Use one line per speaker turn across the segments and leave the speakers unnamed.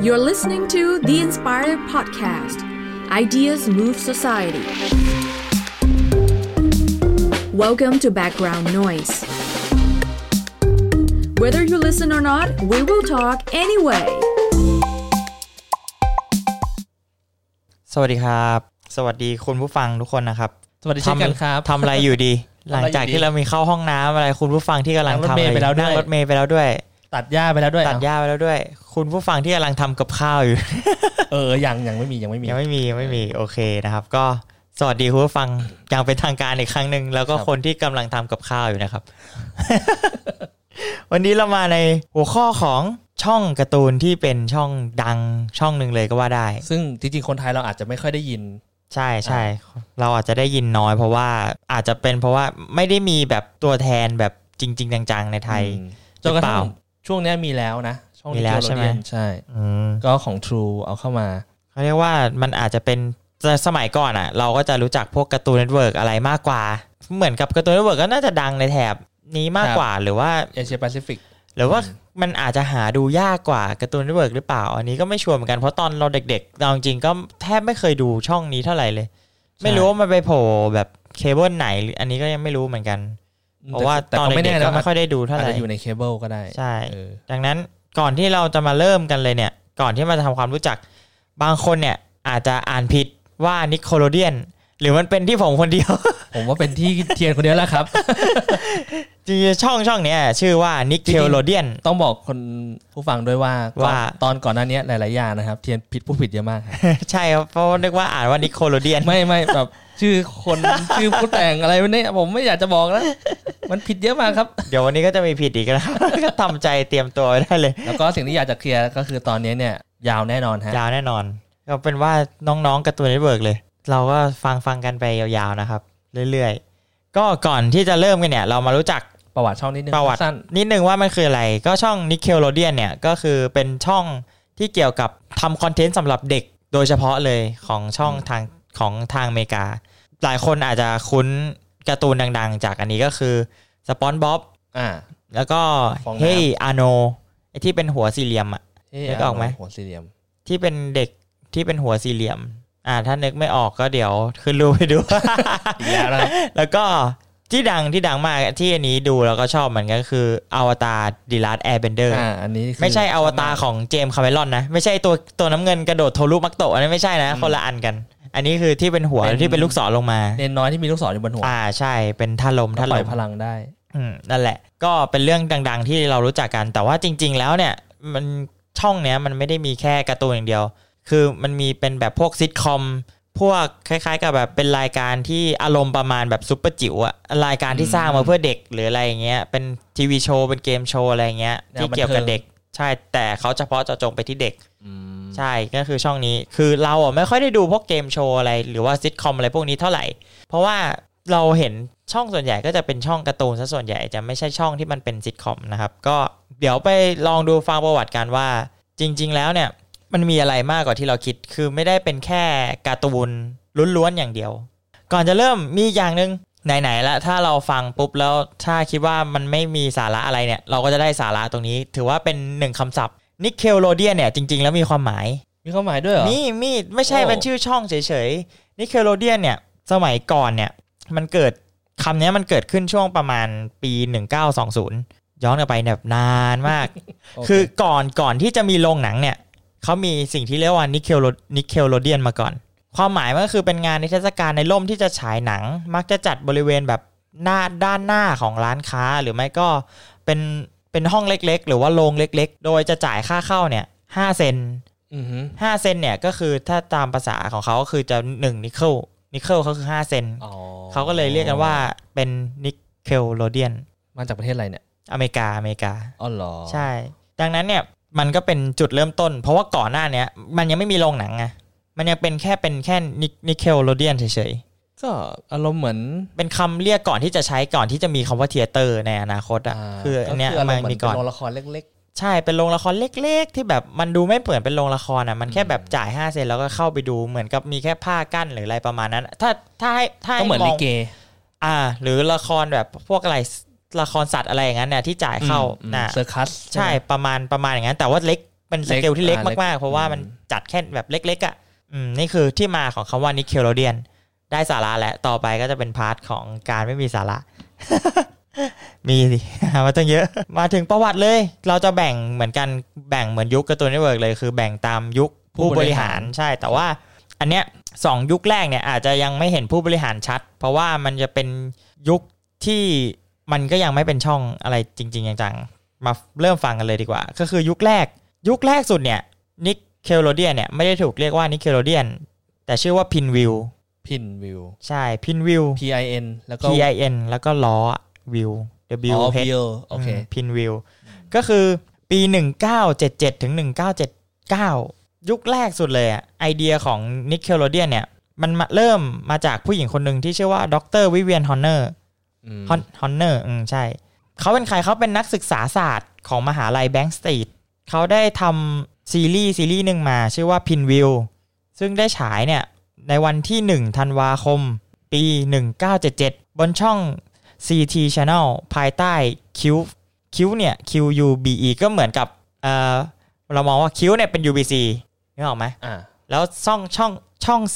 You're listening to The Inspired Podcast. Ideas Move Society. Welcome to Background Noise. Whether you listen or not, we will talk anyway.
สวัสดีครับสวัสดีคุณผู้ฟังทุกคนนะครับ
สวัสดีเช่นกันครับ
ทำอะไรอยู่ดี หลังจากที่เรามีเข้าห้องน้ำอะไรคุณผู้ฟังที่กำลังทำอะไรนั่งรถเมล์ไปแล้วด้วย
ตัดหญ้าไปแล้วด้วย
คุณผู้ฟังที่กำลังทำกับข้าวอยู่
ยังไม่มี
โอเคนะครับก็สวัสดีคุณผู้ฟังอย่างเป็นทางการอีกครั้งนึงแล้วก็คนที่กำลังทำกับข้าวอยู่นะครับ วันนี้เรามาในหัวข้อของช่องการ์ตูนที่เป็นช่องดังช่องนึงเลยก็ว่าได้
ซึ่งจริงๆคนไทยเราอาจจะไม่ค่อยได้ยิน
ใช่เราอาจจะได้ยินน้อยเพราะว่าอาจจะเป็นเพราะว่าไม่ได้มีแบบตัวแทนแบบจริงๆจังๆในไทย
จนกระทั่งช่วงนี้มีแล้วนะช่องนี้แล้วใช่ไหมใช่ก็ของ True เอาเข้ามา
เขาเรียกว่ามันอาจจะเป็นสมัยก่อนอ่ะเราก็จะรู้จักพวกการ์ตูนเน็ตเวิร์กอะไรมากกว่าเหมือนกับการ์ตูนเน็ตเวิร์กก็น่าจะดังในแถบนี้มากกว่าหรือว่า
เอเชียแปซิฟิก
หรือว่ามันอาจจะหาดูยากกว่าการ์ตูนเน็ตเวิร์กหรือเปล่าอันนี้ก็ไม่ชัวร์เหมือนกันเพราะตอนเราเด็กๆเราจริงๆก็แทบไม่เคยดูช่องนี้เท่าไหร่เลยไม่รู้ว่ามันไปโผล่แบบเคเบิลไหนอันนี้ก็ยังไม่รู้เหมือนกันเพราะว่าตอนเด็กๆก็ไม่ค่อยได้ดูเท่าไหร่
อาจจะอยู่ในเคเบิลก็ได้
ใช่ดังนั้นก่อนที่เราจะมาเริ่มกันเลยเนี่ยก่อนที่มาทำความรู้จักบางคนเนี่ยอาจจะอ่านผิดว่านิโคโลเดียนหรือมันเป็นที่ผมคนเดียว
ผมว่าเป็นที่เทียนคนเดียวแล้วครับ
จริงๆช่องเนี้ยชื่อว่านิเคโลเดียน
ต้องบอกคนผู้ฟังด้วยว่าตอนก่อนหน้านี้หลายๆอย่างนะครับเทียนผิดเยอะมาก
ใช่ครับเพราะนึกว่าอ่านว่านิโคโลเดียน
ไม่แบบชื่อคนชื่อผู้แต่งอะไรวันนี้ผมไม่อยากจะบอกแล้วมันผิดเยอะมากครับ
เดี๋ยววันนี้ก็จะมีผิดอีกนะครับก็ทำใจเตรียมตัวได้เลย
แล้วก็สิ่งที่อยากจะเคลียร์ก็คือตอนนี้เนี่ยยาวแน่นอนฮะ
ยาวแน่นอนก็เป็นว่าน้องๆการ์ตูนเน็ตเวิร์กเลยเราก็ฟังกันไปยาวๆนะครับเรื่อยๆก็ก่อนที่จะเริ่มกันเนี่ยเรามารู้จัก
ประวัติช่องนิดนึง
ประวัตินิดนึงว่ามันคืออะไรก็ช่องนิเคโลเดียนเนี่ยก็คือเป็นช่องที่เกี่ยวกับทำคอนเทนต์สำหรับเด็กโดยเฉพาะเลยของช่องทางอเมริกาหลายคนอาจจะคุ้นการ์ตูนดังๆจากอันนี้ก็คือสปอนบ๊อบแล้วก็เฮ้ยอาโนไอ้ที่เป็นหัวสี่เหลี่ยมอ่ะนึกออกไหม
หัวสี่เหลี่ยม
ที่เป็นเด็กที่เป็นหัวสี่เหลี่ยมถ้านึกไม่ออกก็เดี๋ยวขึ้นรูปไปดู แล้วก็ที่ดังมากที่อันนี้ดูแล้วก็ชอบเหมือนกันคืออวตารThe Last Airbender
อันนี้
ไม่ใช่อวตารของเจมส์คาเมรอนนะไม่ใช่ตัวน้ำเงินกระโดดโทรุมักโตะอันนี้ไม่ใช่นะคนละอันกันอันนี้คือที่เป็นหัวที่เป็นลูกศรลงมา
เน้นน้อยที่มีลูกศรอยู่บนหัว
ใช่เป็นท่าลม
ปล่อยพลังได้
นั่นแหละก็เป็นเรื่องดังๆที่เรารู้จักกันแต่ว่าจริงๆแล้วเนี่ยมันช่องเนี้ยมันไม่ได้มีแค่การ์ตูนอย่างเดียวคือมันมีเป็นแบบพวกซิทคอมพวกคล้ายๆกับแบบเป็นรายการที่อารมณ์ประมาณแบบซุปเปอร์จิ๋วอะรายการที่สร้างมาเพื่อเด็กหรืออะไรอย่างเงี้ยเป็นทีวีโชว์เป็นเกมโชว์อะไรอย่างเงี้ยที่เกี่ยวกับเด็กใช่แต่เขาเฉพาะเจาะจงไปที่เด็กใช่ก็คือช่องนี้คือเราอ่ะไม่ค่อยได้ดูพวกเกมโชว์อะไรหรือว่าซิทคอมอะไรพวกนี้เท่าไหร่เพราะว่าเราเห็นช่องส่วนใหญ่ก็จะเป็นช่องการ์ตูนซะส่วนใหญ่จะไม่ใช่ช่องที่มันเป็นซิทคอมนะครับก็เดี๋ยวไปลองดูฟังประวัติกันว่าจริงๆแล้วเนี่ยมันมีอะไรมากกว่าที่เราคิดคือไม่ได้เป็นแค่การ์ตูนล้วนๆอย่างเดียวก่อนจะเริ่มมีอย่างนึงไหนๆละถ้าเราฟังปุ๊บแล้วถ้าคิดว่ามันไม่มีสาระอะไรเนี่ยเราก็จะได้สาระตรงนี้ถือว่าเป็นหนึ่งคำศัพท์นิเคโลเดียนเนี่ยจริงๆแล้วมีความหมาย
ด้วยเหรอ
มีไม่ใช่เป็นชื่อช่องเฉยๆนิเคโลเดียนเนี่ยสมัยก่อนเนี่ยมันเกิดคำนี้มันเกิดขึ้นช่วงประมาณปี1920ย้อนกลับไปแบบนานมาก okay. คือก่อนที่จะมีโรงหนังเนี่ยเขามีสิ่งที่เรียกว่านิเคโลเดียนมาก่อนความหมายมันก็คือเป็นงานนิทรรศการในร่มที่จะฉายหนังมักจะจัดบริเวณแบบด้านหน้าของร้านค้าหรือไม่ก็เป็นห้องเล็กๆหรือว่าโรงเล็กๆโดยจะจ่ายค่าเข้าเนี่ย5 เซน5 เซนเนี่ยก็คือถ้าตามภาษาของเขาก็คือจะ1นิกเกิลเขาคือ5 เซนเขาก็เลยเรียกกันว่าเป็นนิเคโลเดียน
มาจากประเทศอะไรเนี่ย
อเมริกา
อ๋อเหรอ
ใช่ดังนั้นเนี่ยมันก็เป็นจุดเริ่มต้นเพราะว่าก่อนหน้านี้มันยังไม่มีโรงหนังไงมันยังเป็นแค่นิเคโลเดียนเฉยๆ
ก็อารมณ์เหมือน
เป็นคำเรียกก่อนที่จะใช้ก่อนที่จะมีคำว่าเธียเตอร์ในอนาคตคืออันเนี้ยมันมีก่อน
โรงละครเล็ก
ๆใช่เป็นโรงละครเล็กๆที่แบบมันดูไม่เปิดเป็นโรงละครมันแค่แบบจ่าย5 เซนแล้วก็เข้าไปดูเหมือนกับมีแค่ผ้ากั้นหรืออะไรประมาณนั้นถ้าให้
ก็เหมือนลิเก
หรือละครแบบพวกอะไรละครสัตว์อะไรอย่างนั้นเนี่ยที่จ่ายเข้า
เซอร์คัส
ใช่ประมาณอย่างนั้นแต่ว่าเล็กเป็นสเกลที่เล็กมากๆเพราะว่ามันจัดแค่แบบเล็กๆอ่ะนี่คือที่มาของคำว่า Nickelodeon ได้สาระและต่อไปก็จะเป็นพาร์ทของการไม่มีสาระ มีสิ มาตั้งเยอะมาถึงประวัติเลยเราจะแบ่งเหมือนกันแบ่งเหมือนยุคการ์ตูนเน็ตเวิร์กเลยคือแบ่งตามยุคผู้บริหารใช่แต่ว่าอันเนี้ย2ยุคแรกเนี่ยอาจจะยังไม่เห็นผู้บริหารชัดเพราะว่ามันจะเป็นยุคที่มันก็ยังไม่เป็นช่องอะไรจริงๆจังๆมาเริ่มฟังกันเลยดีกว่าก็คือยุคแรกสุดเนี่ยNickelodeonเนี่ยไม่ได้ถูกเรียกว่า Nickelodeon แต่ชื่อว่า Pinwheel ใช่ Pinwheel
PIN แล้วก็
PIN แล้วก็ล้อ Wheel W H
โอเค
Pinwheel ก็คือปี1977ถึง1979ยุคแรกสุดเลยอ่ะไอเดียของ Nickelodeon เนี่ยมันเริ่มมาจากผู้หญิงคนหนึ่งที่ชื่อว่าดร. วิเวียน ฮอนเนอร์ใช่เขาเป็นใครเขาเป็นนักศึกษาศาสตร์ของมหาลัยแบงก์สตรีทเขาได้ทำซีรีส์หนึ่งมาชื่อว่า Pinwheel ซึ่งได้ฉายเนี่ยในวันที่1ธันวาคมปี1977บนช่อง CT Channel ภายใต้คิวเนี่ย QUBE ก็เหมือนกับเรามองว่าคิวเนี่ยเป็น UBC นึกออกไหมแล้วช่อง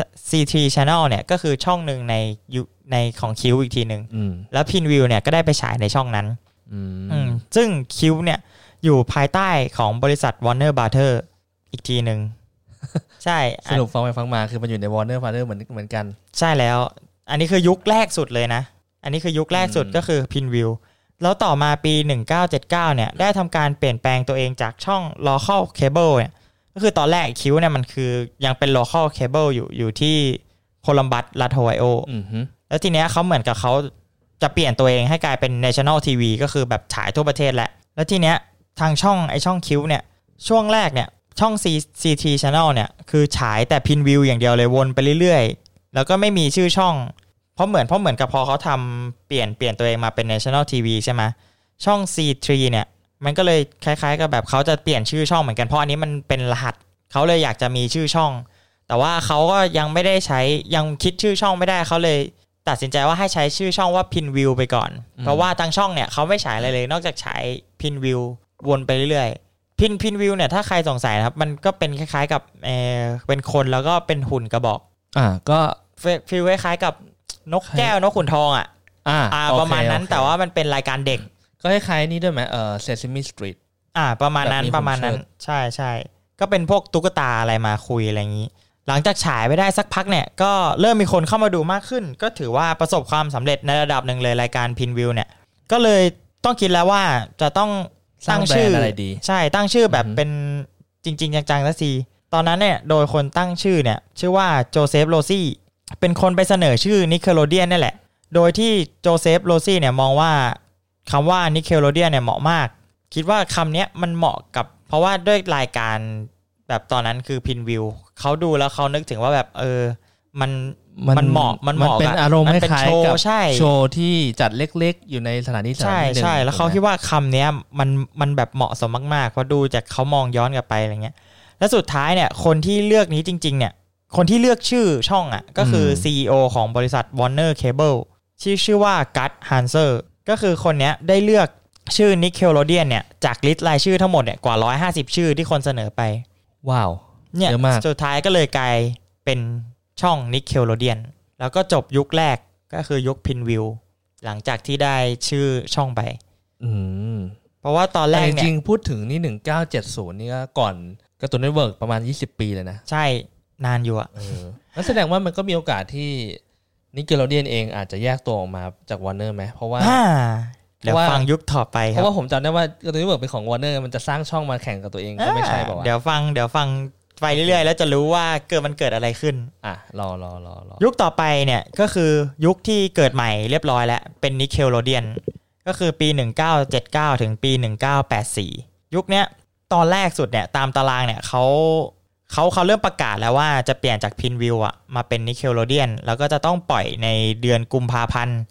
CT Channel เนี่ยก็คือช่องหนึ่งในของคิวอีกทีหนึ่งแล้ว Pinwheel เนี่ยก็ได้ไปฉายในช่องนั้นซึ่งคิวเนี่ยอยู่ภายใต้ของบริษัท Warner Brothers อีกทีหนึ่งใช่
สรุปฟังไปฟังมาคือมันอยู่ใน Warner Brothers เหมือนกัน
ใช่แล้วอันนี้คือยุคแรกสุดเลยนะอันนี้คือยุคแรกสุดก็คือ Pinwheel แล้วต่อมาปี1979เนี่ยได้ทำการเปลี่ยนแปลงตัวเองจากช่อง Local Cable เนี่ยก็คือตอนแรกคิวเนี่ยมันคือยังเป็น Local Cable อยู่ที่โคลัมบัสรัฐโอไฮโอแล้วทีเนี้ยเขาเหมือนกับเขาจะเปลี่ยนตัวเองให้กลายเป็น National TV ก็คือแบบฉายทั่วประเทศแล้วทีเนี้ยทางช่องคิวเนี่ยช่วงแรกเนี่ยช่อง CT Channel เนี่ยคือฉายแต่ Pinwheel อย่างเดียวเลยวนไปเรื่อยๆแล้วก็ไม่มีชื่อช่องเพราะเหมือนกับพอเขาทำเปลี่ยนตัวเองมาเป็น National TV ใช่ไหมช่อง C3 เนี่ยมันก็เลยคล้ายๆกับแบบเขาจะเปลี่ยนชื่อช่องเหมือนกันเพราะอันนี้มันเป็นรหัสเขาเลยอยากจะมีชื่อช่องแต่ว่าเขาก็ยังไม่ได้ใช้ยังคิดชื่อช่องไม่ได้เขาเลยตัดสินใจว่าให้ใช้ชื่อช่องว่า Pinwheel ไปก่อนเพราะว่าทางช่องเนี่ยเขาไม่ฉายอะไรเลยนอกจากฉาย Pinwheel วนไปเรื่อยๆPinwheel เนี่ยถ้าใครสงสัยนะครับมันก็เป็นคล้ายๆกับเป็นคนแล้วก็เป็นหุ่นกระบอก
ก็
ฟีลคล้ายๆกับนกแก้วนกขุนทองประมาณนั้นแต่ว่ามันเป็นรายการเด็ก
ก็คล้ายๆนี่ด้วยไหมSesame Street
ประมาณนั้นใช่ก็เป็นพวกตุ๊กตาอะไรมาคุยอะไรอย่างนี้หลังจากฉายไปได้สักพักเนี่ยก็เริ่มมีคนเข้ามาดูมากขึ้นก็ถือว่าประสบความสำเร็จในระดับหนึ่งเลยรายการ Pinwheel เนี่ยก็เลยต้องคิดแล้วว่าจะต้องตั้งชื่อ
อะไรดี
ใช่ตั้งชื่อแบบเป็นจริงๆจังๆสักทีตอนนั้นเนี่ยโดยคนตั้งชื่อเนี่ยชื่อว่าโจเซฟโรซี่เป็นคนไปเสนอชื่อ Nickelodeon นี่แหละโดยที่โจเซฟโรซี่เนี่ยมองว่าคำว่า Nickelodeon เนี่ยเหมาะมากคิดว่าคำนี้มันเหมาะกับเพราะว่าด้วยรายการแบบตอนนั้นคือ Pinwheel เขาดูแล้วเขานึกถึงว่าแบบมันเหมาะ
เป็นอารมณ์คล้ายๆกับโชว์ที่จัดเล็กๆอยู่ในสถานที่
ใช่แล้วเขาคิดว่าคำนี้มันแบบเหมาะสมมากๆเพราะดูจากเขามองย้อนกลับไปอะไรเงี้ยแล้วสุดท้ายเนี่ยคนที่เลือกนี้จริงๆเนี่ยคนที่เลือกชื่อช่องก็คือ CEO ของบริษัท Warner Cable ชื่อว่ากัตฮันเซอร์ก็คือคนนี้ได้เลือกชื่อ Nickelodeon เนี่ยจากลิสต์รายชื่อทั้งหมดเนี่ยกว่า150ชื่อที่คนเสนอไป
ว้าว
เนี่ยสุดท้ายก็เลยกลายเป็นช่อง Nickelodeon แล้วก็จบยุคแรกก็คือยุค Pinwheel หลังจากที่ได้ชื่อช่องไปเพราะว่าตอนแรกเนี่ย
จริงๆพูดถึงนี่1970นี่ก็ก่อนการ์ตูนเน็ตเวิร์กประมาณ20ปีเลยนะ
ใช่นานอยู่
นั่นแสดงว่ามันก็มีโอกาสที่ Nickelodeon เองอาจจะแยกตัวออกมาจาก Warner ไหมเพราะว่า
เดี๋ยวฟังยุคต่อไปครับ
เพราะว่าผมจำได้ว่าการ์ตูนเน็ตเวิร์กเป็นของ Warner มันจะสร้างช่องมาแข่งกับตัวเองก็ไม่ใช่ป่าว
เดี๋ยวฟังไปเรื่อยๆแล้วจะรู้ว่ามันเกิดอะไรขึ้น
รอ
ยุคต่อไปเนี่ยก็คือยุคที่เกิดใหม่เรียบร้อยแล้วเป็น Nickelodeon ก็คือปี1979ถึงปี1984ยุคเนี้ยตอนแรกสุดเนี่ยตามตารางเนี่ยเขาเริ่มประกาศแล้วว่าจะเปลี่ยนจาก Pinwheel มาเป็น Nickelodeon แล้วก็จะต้องปล่อยในเดือนกุมภาพันธ์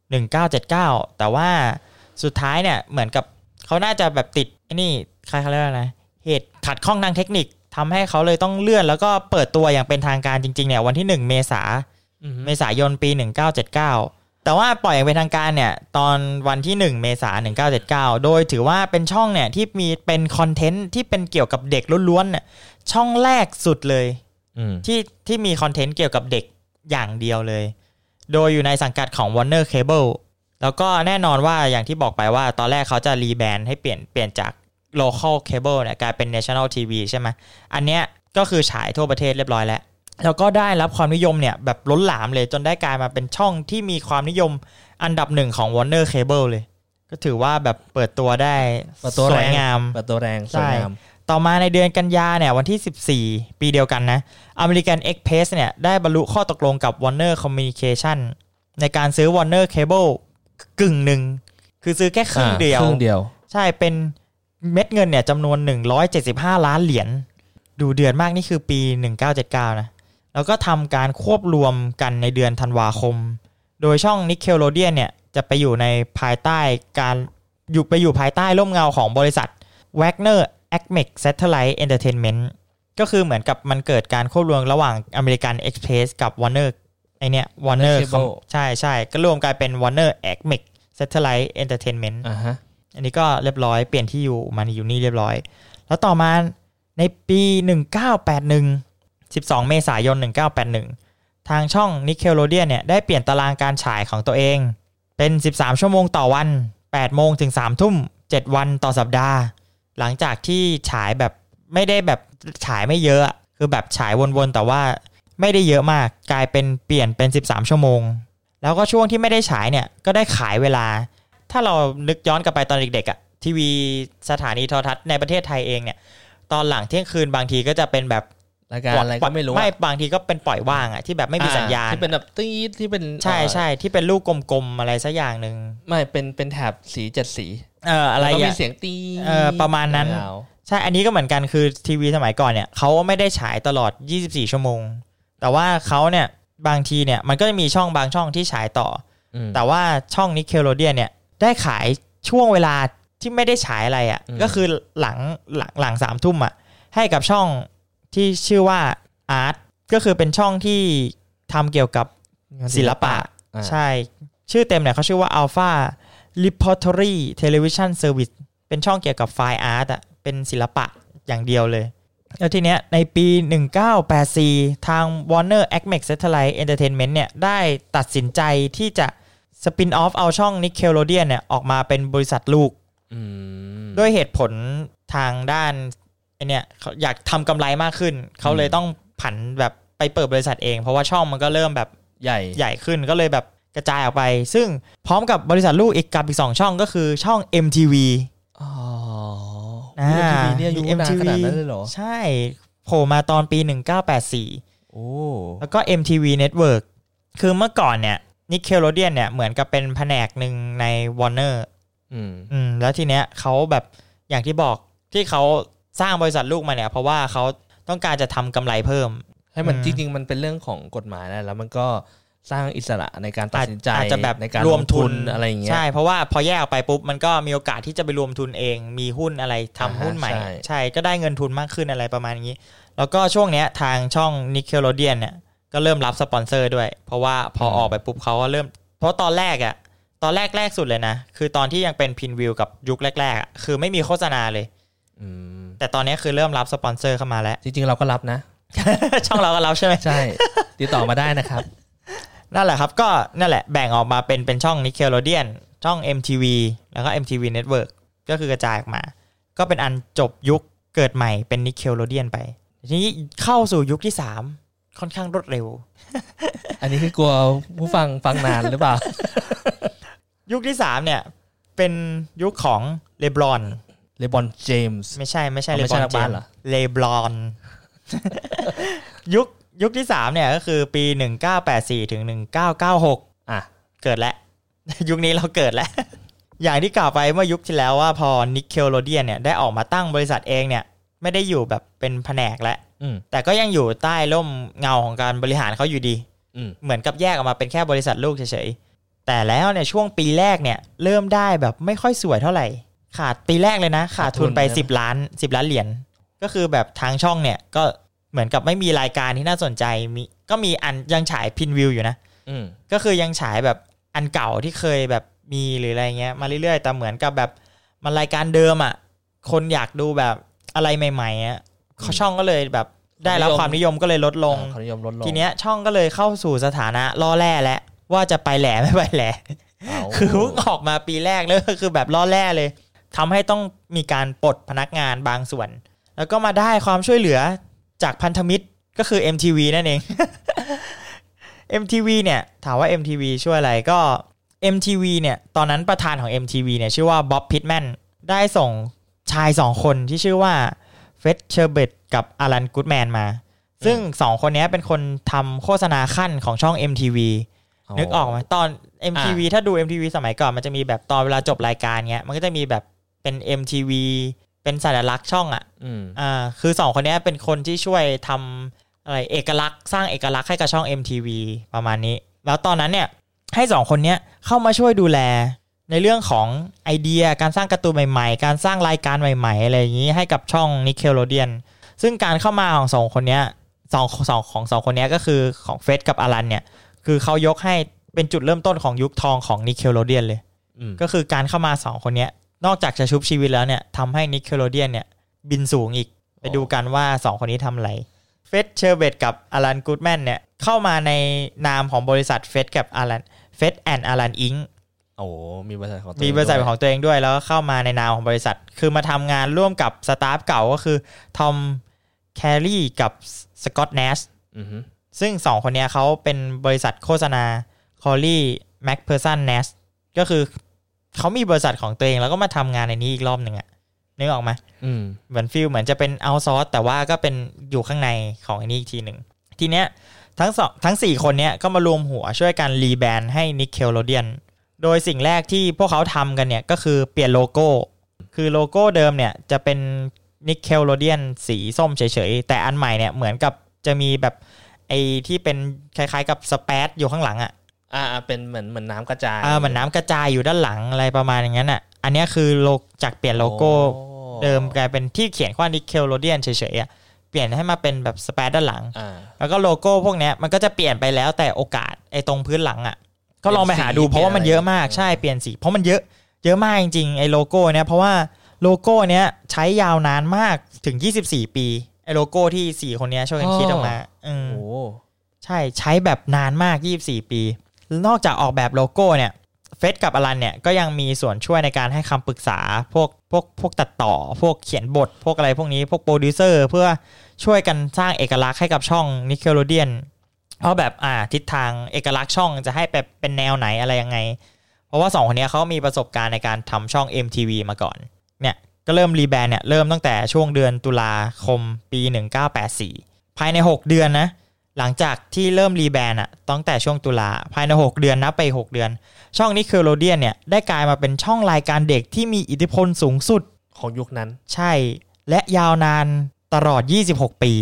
1979แต่ว่าสุดท้ายเนี่ยเหมือนกับเขาน่าจะแบบติดนี่ใครเขาเรียกว่าอะไรเหตุขัดข้องทางเทคนิคทำให้เขาเลยต้องเลื่อนแล้วก็เปิดตัวอย่างเป็นทางการจริงๆเนี่ยวันที่1เมษายนปี1979 แต่ว่าปล่อยอย่างเป็นทางการเนี่ยตอนวันที่1เมษายน1979โดยถือว่าเป็นช่องเนี่ยที่มีเป็นคอนเทนต์ที่เป็นเกี่ยวกับเด็กล้วนๆเนี่ยช่องแรกสุดเลยที่มีคอนเทนต์เกี่ยวกับเด็กอย่างเดียวเลยโดยอยู่ในสังกัดของ Warner Cable แล้วก็แน่นอนว่าอย่างที่บอกไปว่าตอนแรกเขาจะรีแบรนด์ให้เปลี่ยนจาก local cable เนี่ยกลายเป็น national TV ใช่ไหมอันเนี้ยก็คือฉายทั่วประเทศเรียบร้อยแล้วก็ได้รับความนิยมเนี่ยแบบล้นหลามเลยจนได้กลายมาเป็นช่องที่มีความนิยมอันดับ1ของ Warner Cable เลยก็ถือว่าแบบเปิดตัวได้สวยงาม
เปิดตัวแรงสวยงาม
ต่อมาในเดือนกันยาเนี่ยวันที่14ปีเดียวกันนะ American Express เนี่ยได้บรรลุข้อตกลงกับ Warner Communication ในการซื้อ Warner Cable กึ่งหนึ่งคือซื้อแค่ครึ่งเดียวใช่เป็นเม็ดเงินเนี่ยจำนวน175ล้านเหรียญดูเดือดมากนี่คือปี1979นะแล้วก็ทำการควบรวมกันในเดือนธันวาคมโดยช่อง Nickelodeon เนี่ยจะไปอยู่ในภายใต้ภายใต้ร่มเงาของบริษัท Wagner Acme Satellite Entertainment ก็คือเหมือนกับมันเกิดการควบรวมระหว่าง American Express กับ Warner ไอเนี้ย Warner ใช่ก็รวมกลายเป็น Warner Acme Satellite Entertainment อันนี้ก็เรียบร้อยเปลี่ยนที่อยู่มันอยู่นี่เรียบร้อยแล้วต่อมาในปี1981 12เมษายน1981ทางช่อง Nickelodeon เนี่ยได้เปลี่ยนตารางการฉายของตัวเองเป็น13ชั่วโมงต่อวัน8โมงถึง3ทุ่ม7วันต่อสัปดาห์หลังจากที่ฉายแบบไม่ได้แบบฉายไม่เยอะคือแบบฉายวนๆแต่ว่าไม่ได้เยอะมากกลายเป็นเปลี่ยนเป็น13ชั่วโมงแล้วก็ช่วงที่ไม่ได้ฉายเนี่ยก็ได้ขายเวลาถ้าเรานึกย้อนกลับไปตอนเด็กๆอ่ะทีวีสถานีโทรทัศน์ในประเทศไทยเองเนี่ยตอนหลังเที่ยงคืนบางทีก็จะเป็นแบบ
รายการอะไรก็ไม่รู้
ไม่บางทีก็เป็นปล่อยว่างอ่ะที่แบบไม่มีสัญญาณ
ที่เป็นแบบตี๊ดที่เป็น
ใช่ที่เป็นลูกกลมๆอะไรสักอย่างนึง
ไม่เป็นแถบสี7สี
อะไร
อย่างมีเสียงตี
ประมาณนั้นใช่อันนี้ก็เหมือนกันคือทีวีสมัยก่อนเนี่ยเขาไม่ได้ฉายตลอด24ชั่วโมงแต่ว่าเขาเนี่ยบางทีเนี่ยมันก็จะมีช่องบางช่องที่ฉายต่อแต่ว่าช่อง Nickelodeon เนี่ยได้ขายช่วงเวลาที่ไม่ได้ฉายอะไรอ่ะก็คือหลัง3ทุ่มอ่ะให้กับช่องที่ชื่อว่า Art ก็คือเป็นช่องที่ทำเกี่ยวกับศิลปะใช่ชื่อเต็มเนี่ยเขาชื่อว่า Alpha Repertory Television Service เป็นช่องเกี่ยวกับไฟล์อาร์ตอ่ะเป็นศิลปะอย่างเดียวเลยแล้วทีเนี้ยในปี1984ทาง Warner Acme Satellite Entertainment เนี่ยได้ตัดสินใจที่จะสปินออฟเอาช่อง Nickelodeon เนี่ยออกมาเป็นบริษัทลูกด้วยเหตุผลทางด้านไอเนี่ยอยากทำกำไรมากขึ้นเขาเลยต้องผันแบบไปเปิดบริษัทเองเพราะว่าช่องมันก็เริ่มแบบใหญ่ขึ้นก็เลยแบบกระจายออกไปซึ่งพร้อมกับบริษัทลูกอีก2ช่องก็คือช่อง MTV
MTV เนี่ยอยู่นานขนาดนั้นเลยเหรอ
ใช่โผล่มาตอนปี1984แล้วก็ MTV Network คือเมื่อก่อนเนี่ย Nickelodeon เนี่ยเหมือนกับเป็นแผนกนึงใน Warner แล้วทีเนี้ยเขาแบบอย่างที่บอกที่เขาสร้างบริษัทลูกมาเนี่ยเพราะว่าเขาต้องการจะทำกำไรเพิ่ม
ให้มันจริงๆมันเป็นเรื่องของกฎหมายแล้วมันก็สร้างอิสระในการตัดสินใจ
อาจจะแบบ
ในการ
รวมทุน
อะไรอย่างเงี้ย
ใช่เพราะว่าพอแยกออกไปปุ๊บมันก็มีโอกาสที่จะไปรวมทุนเองมีหุ้นอะไรทำหุ้นใหม่ใช่ก็ได้เงินทุนมากขึ้นอะไรประมาณนี้แล้วก็ช่วงเนี้ยทางช่อง Nickelodeon เนี่ยก็เริ่มรับสปอนเซอร์ด้วยเพราะว่าพอออกไปปุ๊บเขาก็เริ่มเพราะตอนแรกสุดเลยนะคือตอนที่ยังเป็นพินวิวกับยุคแรกๆคือไม่มีโฆษณาเลยแต่ตอนนี้คือเริ่มรับสปอนเซอร์เข้ามาแล้ว
จริงๆเราก็รับนะ
ช่องเราก็รับใช่ไหม
ใช่ติดต่อมาได้นะครับ
นั่นแหละครับก็นั่นแหละแบ่งออกมาเป็นช่อง Nickelodeon ช่อง MTV แล้วก็ MTV Network ก็คือกระจายออกมาก็เป็นอันจบยุคเกิดใหม่เป็น Nickelodeon ไปทีนี้เข้าสู่ยุคที่3ค่อนข้างรวดเร็ว
อันนี้คือกลัวผู้ฟังนานหรือเปล่า
ยุคที่3เนี่ยเป็นยุคของเลบรอน
เจมส์
ไม่ใช่เลบรอนเจมส์เลบรอนยุคที่3เนี่ยก็คือปี1984ถึง1996เกิดแล้วยุคนี้เราเกิดแล้ว อย่างที่กล่าวไปเมื่อยุคที่แล้วว่าพอ Nickelodeon เนี่ยได้ออกมาตั้งบริษัทเองเนี่ยไม่ได้อยู่แบบเป็นแผนกแล้วแต่ก็ยังอยู่ใต้ร่มเงาของการบริหารเขาอยู่ดีเหมือนกับแยกออกมาเป็นแค่บริษัทลูกเฉยๆแต่แล้วเนี่ยช่วงปีแรกเนี่ยเริ่มได้แบบไม่ค่อยสวยเท่าไหร่ขาดปีแรกเลยนะขาดทุนไป10 ล้านเหรียญก็คือแบบทางช่องเนี่ยก็เหมือนกับไม่มีรายการที่น่าสนใจก็มีอันยังฉายพินวิวอยู่นะก็คือยังฉายแบบอันเก่าที่เคยแบบมีหรืออะไรเงี้ยมาเรื่อยๆแต่เหมือนกับแบบมันรายการเดิมอ่ะคนอยากดูแบบอะไรใหม่ๆอ่ะช่องก็เลยแบบได้รับความนิยมก็เลยลดลงทีเนี้ยช่องก็เลยเข้าสู่สถานะล่อแร่แล้วว่าจะไปแหล่ไม่ไปแหล่คือออกมาปีแรกแล้วคือแบบล่อแร่เลยทำให้ต้องมีการปลดพนักงานบางส่วนแล้วก็มาได้ความช่วยเหลือจากพันธมิตรก็คือ MTV นั่นเอง MTV เนี่ยถามว่า MTV ช่วยอะไรก็ MTV เนี่ยตอนนั้นประธานของ MTV เนี่ยชื่อว่าบ๊อบพิตแมนได้ส่งชาย2คนที่ชื่อว่าเฟร็ดเชอร์เบตกับอารันกูดแมนมาซึ่ง2คนนี้เป็นคนทำโฆษณาขั้นของช่อง MTV นึกออกไหมตอน MTV ถ้าดู MTV สมัยก่อนมันจะมีแบบตอนเวลาจบรายการเงี้ยมันก็จะมีแบบเป็น MTV เป็นสัญลักษณ์ช่องอ่ะคือ2คนนี้เป็นคนที่ช่วยทำอะไรเอกลักษณ์สร้างเอกลักษณ์ให้กับช่อง MTV ประมาณนี้แล้วตอนนั้นเนี่ยให้2คนนี้เข้ามาช่วยดูแลในเรื่องของไอเดียการสร้างการ์ตูนใหม่ๆการสร้างรายการใหม่ๆอะไรอย่างนี้ให้กับช่อง Nickelodeon ซึ่งการเข้ามาของ2คนนี้2คนนี้ก็คือของเฟร็ดกับอารันเนี่ยคือเขายกให้เป็นจุดเริ่มต้นของยุคทองของ Nickelodeon เลยก็คือการเข้ามา2คนนี้นอกจากจะชุบชีวิตแล้วเนี่ยทำให้ Nickelodeon เนี่ยบินสูงอีกไปดูกันว่า2คนนี้ทำอะไรเฟร็ดเชอร์เบตกับอารันกูดแมนเนี่ยเข้ามาในนามของบริษัทเฟร็ดกับอารันเฟร็ดแอนด์อารันอิง
โอ้มีบริษัทของตัวเอง
มีบริษัทของตัวเองด้วยแล้วก็เข้ามาในนามของบริษัทคือมาทำงานร่วมกับสตาฟเก่าก็คือทอมแคลรี่กับสกอตต์เนสซึ่ง2คนนี้เขาเป็นบริษัทโฆษณาคอลลี่แม็กเพอร์สันเนสก็คือเขามีบริษัทของตัวเองแล้วก็มาทำงานในนี้อีกรอบหนึ่งอะนึกออกไหมเหมือนฟีลเหมือนจะเป็นเอาท์ซอร์สแต่ว่าก็เป็นอยู่ข้างในของอันนี้อีกทีหนึ่งทีเนี้ยทั้ง4คนเนี้ยก็มารวมหัวช่วยกันรีแบรนด์ให้ Nickelodeon โดยสิ่งแรกที่พวกเขาทำกันเนี่ยก็คือเปลี่ยนโลโก้คือโลโก้เดิมเนี่ยจะเป็น Nickelodeon สีส้มเฉยๆแต่อันใหม่เนี่ยเหมือนกับจะมีแบบไอ้ที่เป็นคล้ายๆกับสเปซอยู่ข้างหลังอ่ะ
เป็นเหมือนน้ำกระจาย
เหมือนน้ำกระจายอยู่ด้านหลังอะไรประมาณอย่างนั้นอ่ะอันนี้คือจากเปลี่ยนโลโก้เดิมกลายเป็นที่เขียนว่า Nickelodeon เฉยๆอ่ะเปลี่ยนให้มาเป็นแบบสเปซด้านหลังแล้วก็โลโก้พวกเนี้ยมันก็จะเปลี่ยนไปแล้วแต่โอกาสไอ้ตรงพื้นหลังอ่ะก็ลองไปหาดูเพราะว่ามันเยอะมากใช่เปลี่ยนสีเพราะมันเยอะมากจริงๆไอ้โลโก้เนี้ยเพราะว่าโลโก้เนี้ยใช้ยาวนานมากถึง24ปีไอ้โลโก้ที่4คนเนี้ยช่วยกันคิดออกมาใช่แบบนานมาก24ปีนอกจากออกแบบโลโก้เนี่ยเฟร็ดกับอารันเนี่ยก็ยังมีส่วนช่วยในการให้คำปรึกษาพวกตัดต่อพวกเขียนบทพวกอะไรพวกนี้พวกโปรดิวเซอร์เพื่อช่วยกันสร้างเอกลักษณ์ให้กับช่อง Nickelodeon เพราะแบบทิศทางเอกลักษณ์ช่องจะให้เป็นแนวไหนอะไรยังไงเพราะว่า2คนนี้เขามีประสบการณ์ในการทำช่อง MTV มาก่อนเนี่ยก็เริ่มรีแบรนด์เนี่ยเริ่มตั้งแต่ช่วงเดือนตุลาคมปี1984ภายใน6เดือนนะหลังจากที่เริ่มรีแบรนด์ตั้งแต่ช่วงตุลาภายใน6เดือนนับไป6เดือนช่อง Nickelodeon เนี่ยได้กลายมาเป็นช่องรายการเด็กที่มีอิทธิพลสูงสุด
ของยุคนั้น
ใช่และยาวนานตลอด26ปี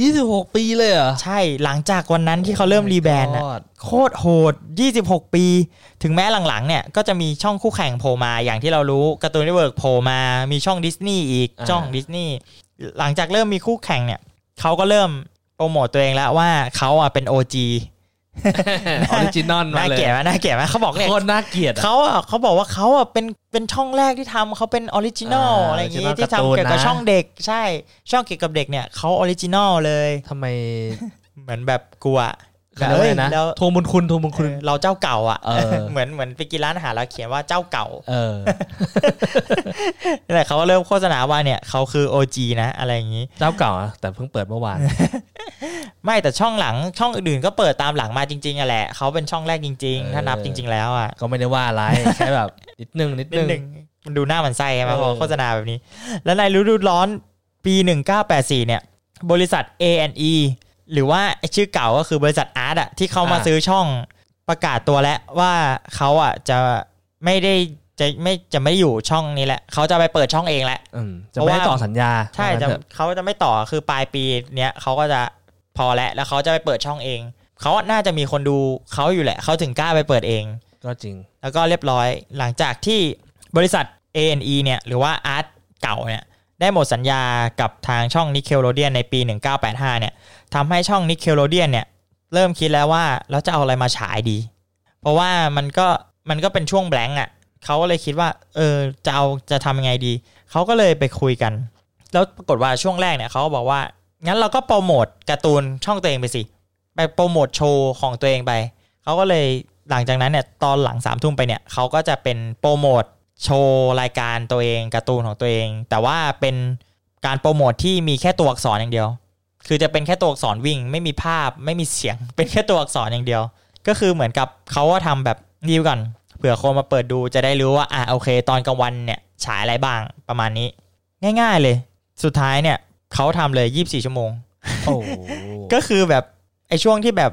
26ปีเลยเหรอ
ใช่หลังจากวันนั้นที่เขาเริ่มรีแบรนด์โคตรโหด26ปีถึงแม้หลังๆเนี่ยก็จะมีช่องคู่แข่งโผล่มาอย่างที่เรารู้การ์ตูนเน็ตเวิร์คโผล่มามีช่องดิสนีย์อีกช่องดิสนีย์หลังจากเริ่มมีคู่แข่งเนี่ยเขาก็เริ่มโปรโมตตัวเองแล้วว่าเขาเป็น OG
ออริจินอลมาเลย
น่าเกลียดไหมเขาบอกเนี่ย
โคตรน่าเกลียด
เขาบอกว่าเขาเป็นช่องแรกที่ทำเขาเป็นออริจินอลอะไรอย่างงี้ที่ทำเกี่ยวกับช่องเด็กใช่ช่องเกี่ยวกับเด็กเนี่ยเขาออริจินอลเลย
ทำไม
เหมือนแบบกลัว
แล้วทวงบุญคุณ
เราเจ้าเก่าเหมือนไปกินร้านอาหารแล้วเขียนว่าเจ้าเก่าแต่เขาเริ่มโฆษณาว่าเนี่ยเขาคือ OG นะอะไรอย่างนี้
เจ้าเก่าแต่เพิ่งเปิดเมื่อวาน
ไม่แต่ช่องหลังช่องอื่นๆก็เปิดตามหลังมาจริงๆแหละเขาเป็นช่องแรกจริงๆถ้านับจริงๆแล้ว
ก็ไม่ได้ว่าอะไรแค่แบบนิดนึง
มันดูหน้ามันไส้ใช่ไหมพอโฆษณาแบบนี้แล้วในฤดูร้อนปี1984เนี่ยบริษัท A&E หรือว่าชื่อเก่าก็คือบริษัทอาร์ตที่เขามาซื้อช่องประกาศตัวแล้วว่าเขาจะไม่ได้อยู่ช่องนี้แหละเขาจะไปเปิดช่องเองแหละ
จะไม่ต่อสัญญา
ใช่เขาจะไม่ต่อคือปลายปีเนี้ยเขาก็จะพอแล้วเขาจะไปเปิดช่องเองเขาน่าจะมีคนดูเขาอยู่แหละเขาถึงกล้าไปเปิดเอง
ก็จริง
แล้วก็เรียบร้อยหลังจากที่บริษัท A&E เนี่ยหรือว่าอาร์ตเก่าเนี่ยได้หมดสัญญากับทางช่อง Nickelodeon ในปี1985เนี่ยทำให้ช่อง Nickelodeon เนี่ยเริ่มคิดแล้วว่าเราจะเอาอะไรมาฉายดีเพราะว่ามันก็เป็นช่วงแบงค์อ่ะเขาก็เลยคิดว่าจะทำยังไงดีเขาก็เลยไปคุยกันแล้วปรากฏว่าช่วงแรกเนี่ยเขาก็บอกว่างั้นเราก็โปรโมทการ์ตูนช่องตัวเองไปสิไปโปรโมทโชว์ของตัวเองไปเขาก็เลยหลังจากนั้นเนี่ยตอนหลัง3 ทุ่มไปเนี่ยเขาก็จะเป็นโปรโมทโชว์รายการตัวเองการ์ตูนของตัวเองแต่ว่าเป็นการโปรโมทที่มีแค่ตัวอักษรอย่างเดียวคือจะเป็นแค่ตัวอักษรวิ่งไม่มีภาพไม่มีเสียงเป็นแค่ตัวอักษรอย่างเดียวก็คือเหมือนกับเขาก็ทำแบบดีก่อนเผื่อคนมาเปิดดูจะได้รู้ว่าโอเคตอนกลางวันเนี่ยฉายอะไรบ้างประมาณนี้ง่ายๆเลยสุดท้ายเนี่ยเขาทำเลย24 ชั่วโมง ก็คือแบบไอ้ช่วงที่แบบ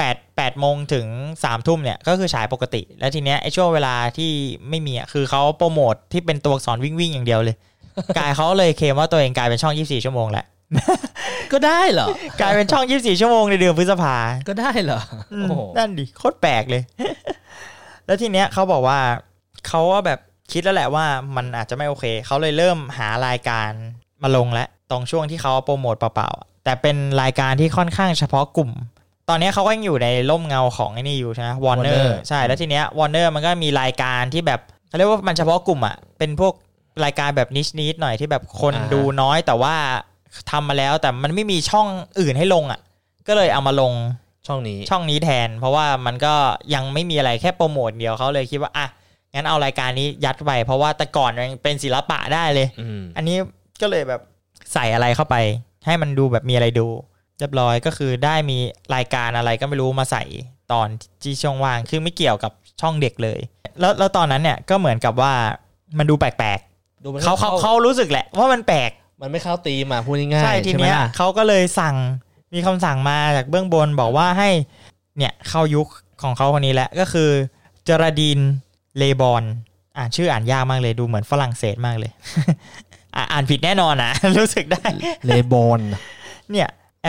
8 โมงถึง3 ทุ่มเนี่ยก็คือฉายปกติแล้วทีเนี้ยไอ้ช่วงเวลาที่ไม่มีคือเขาโปรโมทที่เป็นตัวอักษรวิ่งอย่างเดียวเลย กายเขาเลยเคลมว่าตัวเองกลายเป็นช่อง24 ชั่วโมงแหละ
ก็ได้เหรอก
ลายเป็นช่อง24 ชั่วโมงในเดือนพฤษภา
ก็ได้เหรอ
นั่นดิโคตรแปลกเลย แล้วทีเนี้ยเขาบอกว่าเขาว่าแบบคิดแล้วแหละว่ามันอาจจะไม่โอเคเขาเลยเริ่มหารายการมาลงแล้วตรงช่วงที่เขาโปรโมทเปล่าๆแต่เป็นรายการที่ค่อนข้างเฉพาะกลุ่มตอนนี้เขาก็ยังอยู่ในร่มเงาของไอ้นี่อยู่ใช่ไหม Warner ใช่แล้วทีเนี้ย Warner มันก็มีรายการที่แบบเขาเรียกว่ามันเฉพาะกลุ่มอ่ะเป็นพวกรายการแบบนิชหน่อยที่แบบคนดูน้อยแต่ว่าทำมาแล้วแต่มันไม่มีช่องอื่นให้ลงอ่ะก็เลยเอามาลง
ช่อง
นี้แทนเพราะว่ามันก็ยังไม่มีอะไรแค่โปรโมทเดียวเขาเลยคิดว่างั้นเอารายการนี้ยัดไปเพราะว่าแต่ก่อนมันเป็นศิลปะได้เลยอันนี้ก็เลยแบบใส่อะไรเข้าไปให้มันดูแบบมีอะไรดูเรียบร้อยก็คือได้มีรายการอะไรก็ไม่รู้มาใส่ตอนที่ช่องว่างคือไม่เกี่ยวกับช่องเด็กเลยแล้วตอนนั้นเนี่ยก็เหมือนกับว่ามันดูแปลกๆเขารู้สึกแหละว่ามันแปลก
มันไม่เข้าตีมาพูดง่ายๆ
ใช่ทีเนี้ยเขาก็เลยมีคำสั่งมาจากเบื้องบนบอกว่าให้เนี่ยเข้ายุคของเขาคนนี้แหละก็คือเจอราดีนเลบอนชื่ออ่านยากมากเลยดูเหมือนฝรั่งเศสมากเลย อ่านผิดแน่นอนนะ รู้สึกได้
เลบอน
เนี่ย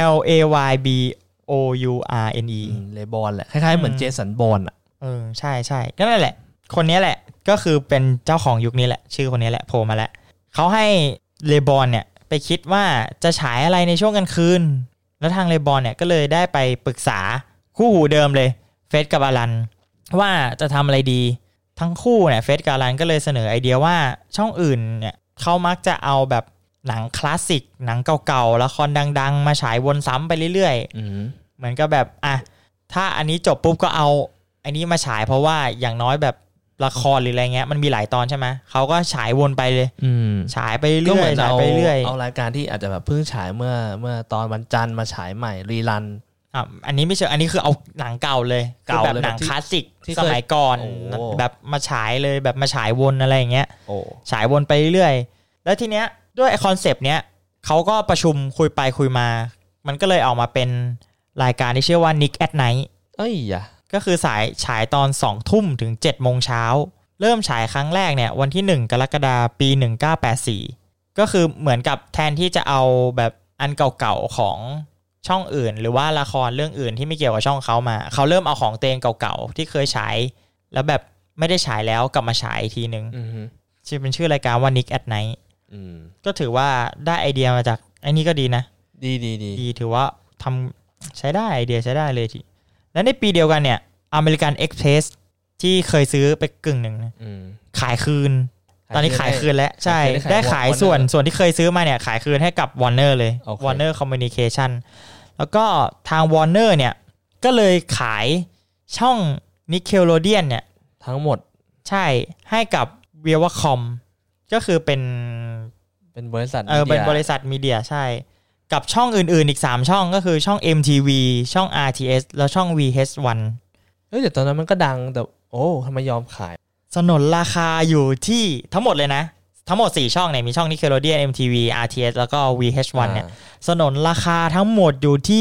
LAYBOURNE
เลบอนแหละคล้ายๆเหมือนเจสันบอน
ใช่ๆก็นั่นแหละคนนี้แหละก็คือเป็นเจ้าของยุคนี้แหละชื่อคนนี้แหละโผล่มาแล้วเขาให้เลบอนเนี่ยไปคิดว่าจะฉายอะไรในช่วงกลางคืนแล้วทางเลบอนเนี่ยก็เลยได้ไปปรึกษาคู่หูเดิมเลยเฟสกับอลันว่าจะทำอะไรดีทั้งคู่เนี่ยเฟสกับอลันก็เลยเสนอไอเดียว่าช่องอื่นเนี่ยเขามักจะเอาแบบหนังคลาสสิกหนังเก่าๆละครดังๆมาฉายวนซ้ำไปเรื่อยๆเหมือนกับแบบถ้าอันนี้จบปุ๊บก็เอาอันนี้มาฉายเพราะว่าอย่างน้อยแบบละครหรืออะไรเงี้ยมันมีหลายตอนใช่ไหมเขาก็ฉายวนไปเลยฉายไปเรื่อยฉายไปเรื่อย
เอารายการที่อาจจะแบบเพิ่งฉายเมื่อตอนวันจันทร์มาฉายใหม่รีรัน
อันนี้ไม่ใช่อันนี้คือเอาหนังเก่าเลยแบบหนังคลาสสิกสมัยก่อนแบบมาฉายเลยแบบมาฉายวนอะไรอย่างเงี้ยฉายวนไปเรื่อยแล้วทีเนี้ยด้วยคอนเซปต์เนี้ยเขาก็ประชุมคุยไปคุยมามันก็เลยออกมาเป็นรายการที่ชื่อว่า Nick at Night ก็คือฉายตอน 20:00 นถึง 7:00 นเริ่มฉายครั้งแรกเนี่ยวันที่1 กรกฎาคมปี1984ก็คือเหมือนกับแทนที่จะเอาแบบอันเก่าๆของช่องอื่นหรือว่าละครเรื่องอื่นที่ไม่เกี่ยวกับช่องเขามาเขาเริ่มเอาของเตงเก่าๆที่เคยฉายแล้วแบบไม่ได้ฉายแล้วกลับมาฉายอีกทีนึงชื่อรายการว่า Nick at Night ก็ถือว่าได้ไอเดียมาจากไอ้นี่ก็ดีนะดีถือว่าทำใช้ได้ไอเดียใช้ได้เลยทีและในปีเดียวกันเนี่ยอเมริกันเอ็กเพรสที่เคยซื้อไปกึ่งหนึ่งขายคืนตอนนี้ขายคืนแล้วใช่ได้ขายส่วนที่เคยซื้อมาเนี่ยขายคืนให้กับ Warner เลย Warner Communication แล้วก็ทาง Warner เนี่ยก็เลยขายช่อง Nickelodeon เนี่ย
ทั้งหมด
ใช่ให้กับ Viacom ก็คือเป็น
บริษัท
เป็นบริษัทมีเดียใช่กับช่องอื่นๆอีก3ช่องก็คือช่อง MTV ช่อง RTS แล้วช่อง VH1
แต่ตอนนั้นมันก็ดังแต่ทำไมยอมขาย
สนนราคาอยู่ที่ทั้งหมดเลยนะทั้งหมด4ช่องเนี่ยมีช่อง Nickelodeon MTV RTS แล้วก็ VH1 เนี่ยสนนราคาทั้งหมดอยู่ที่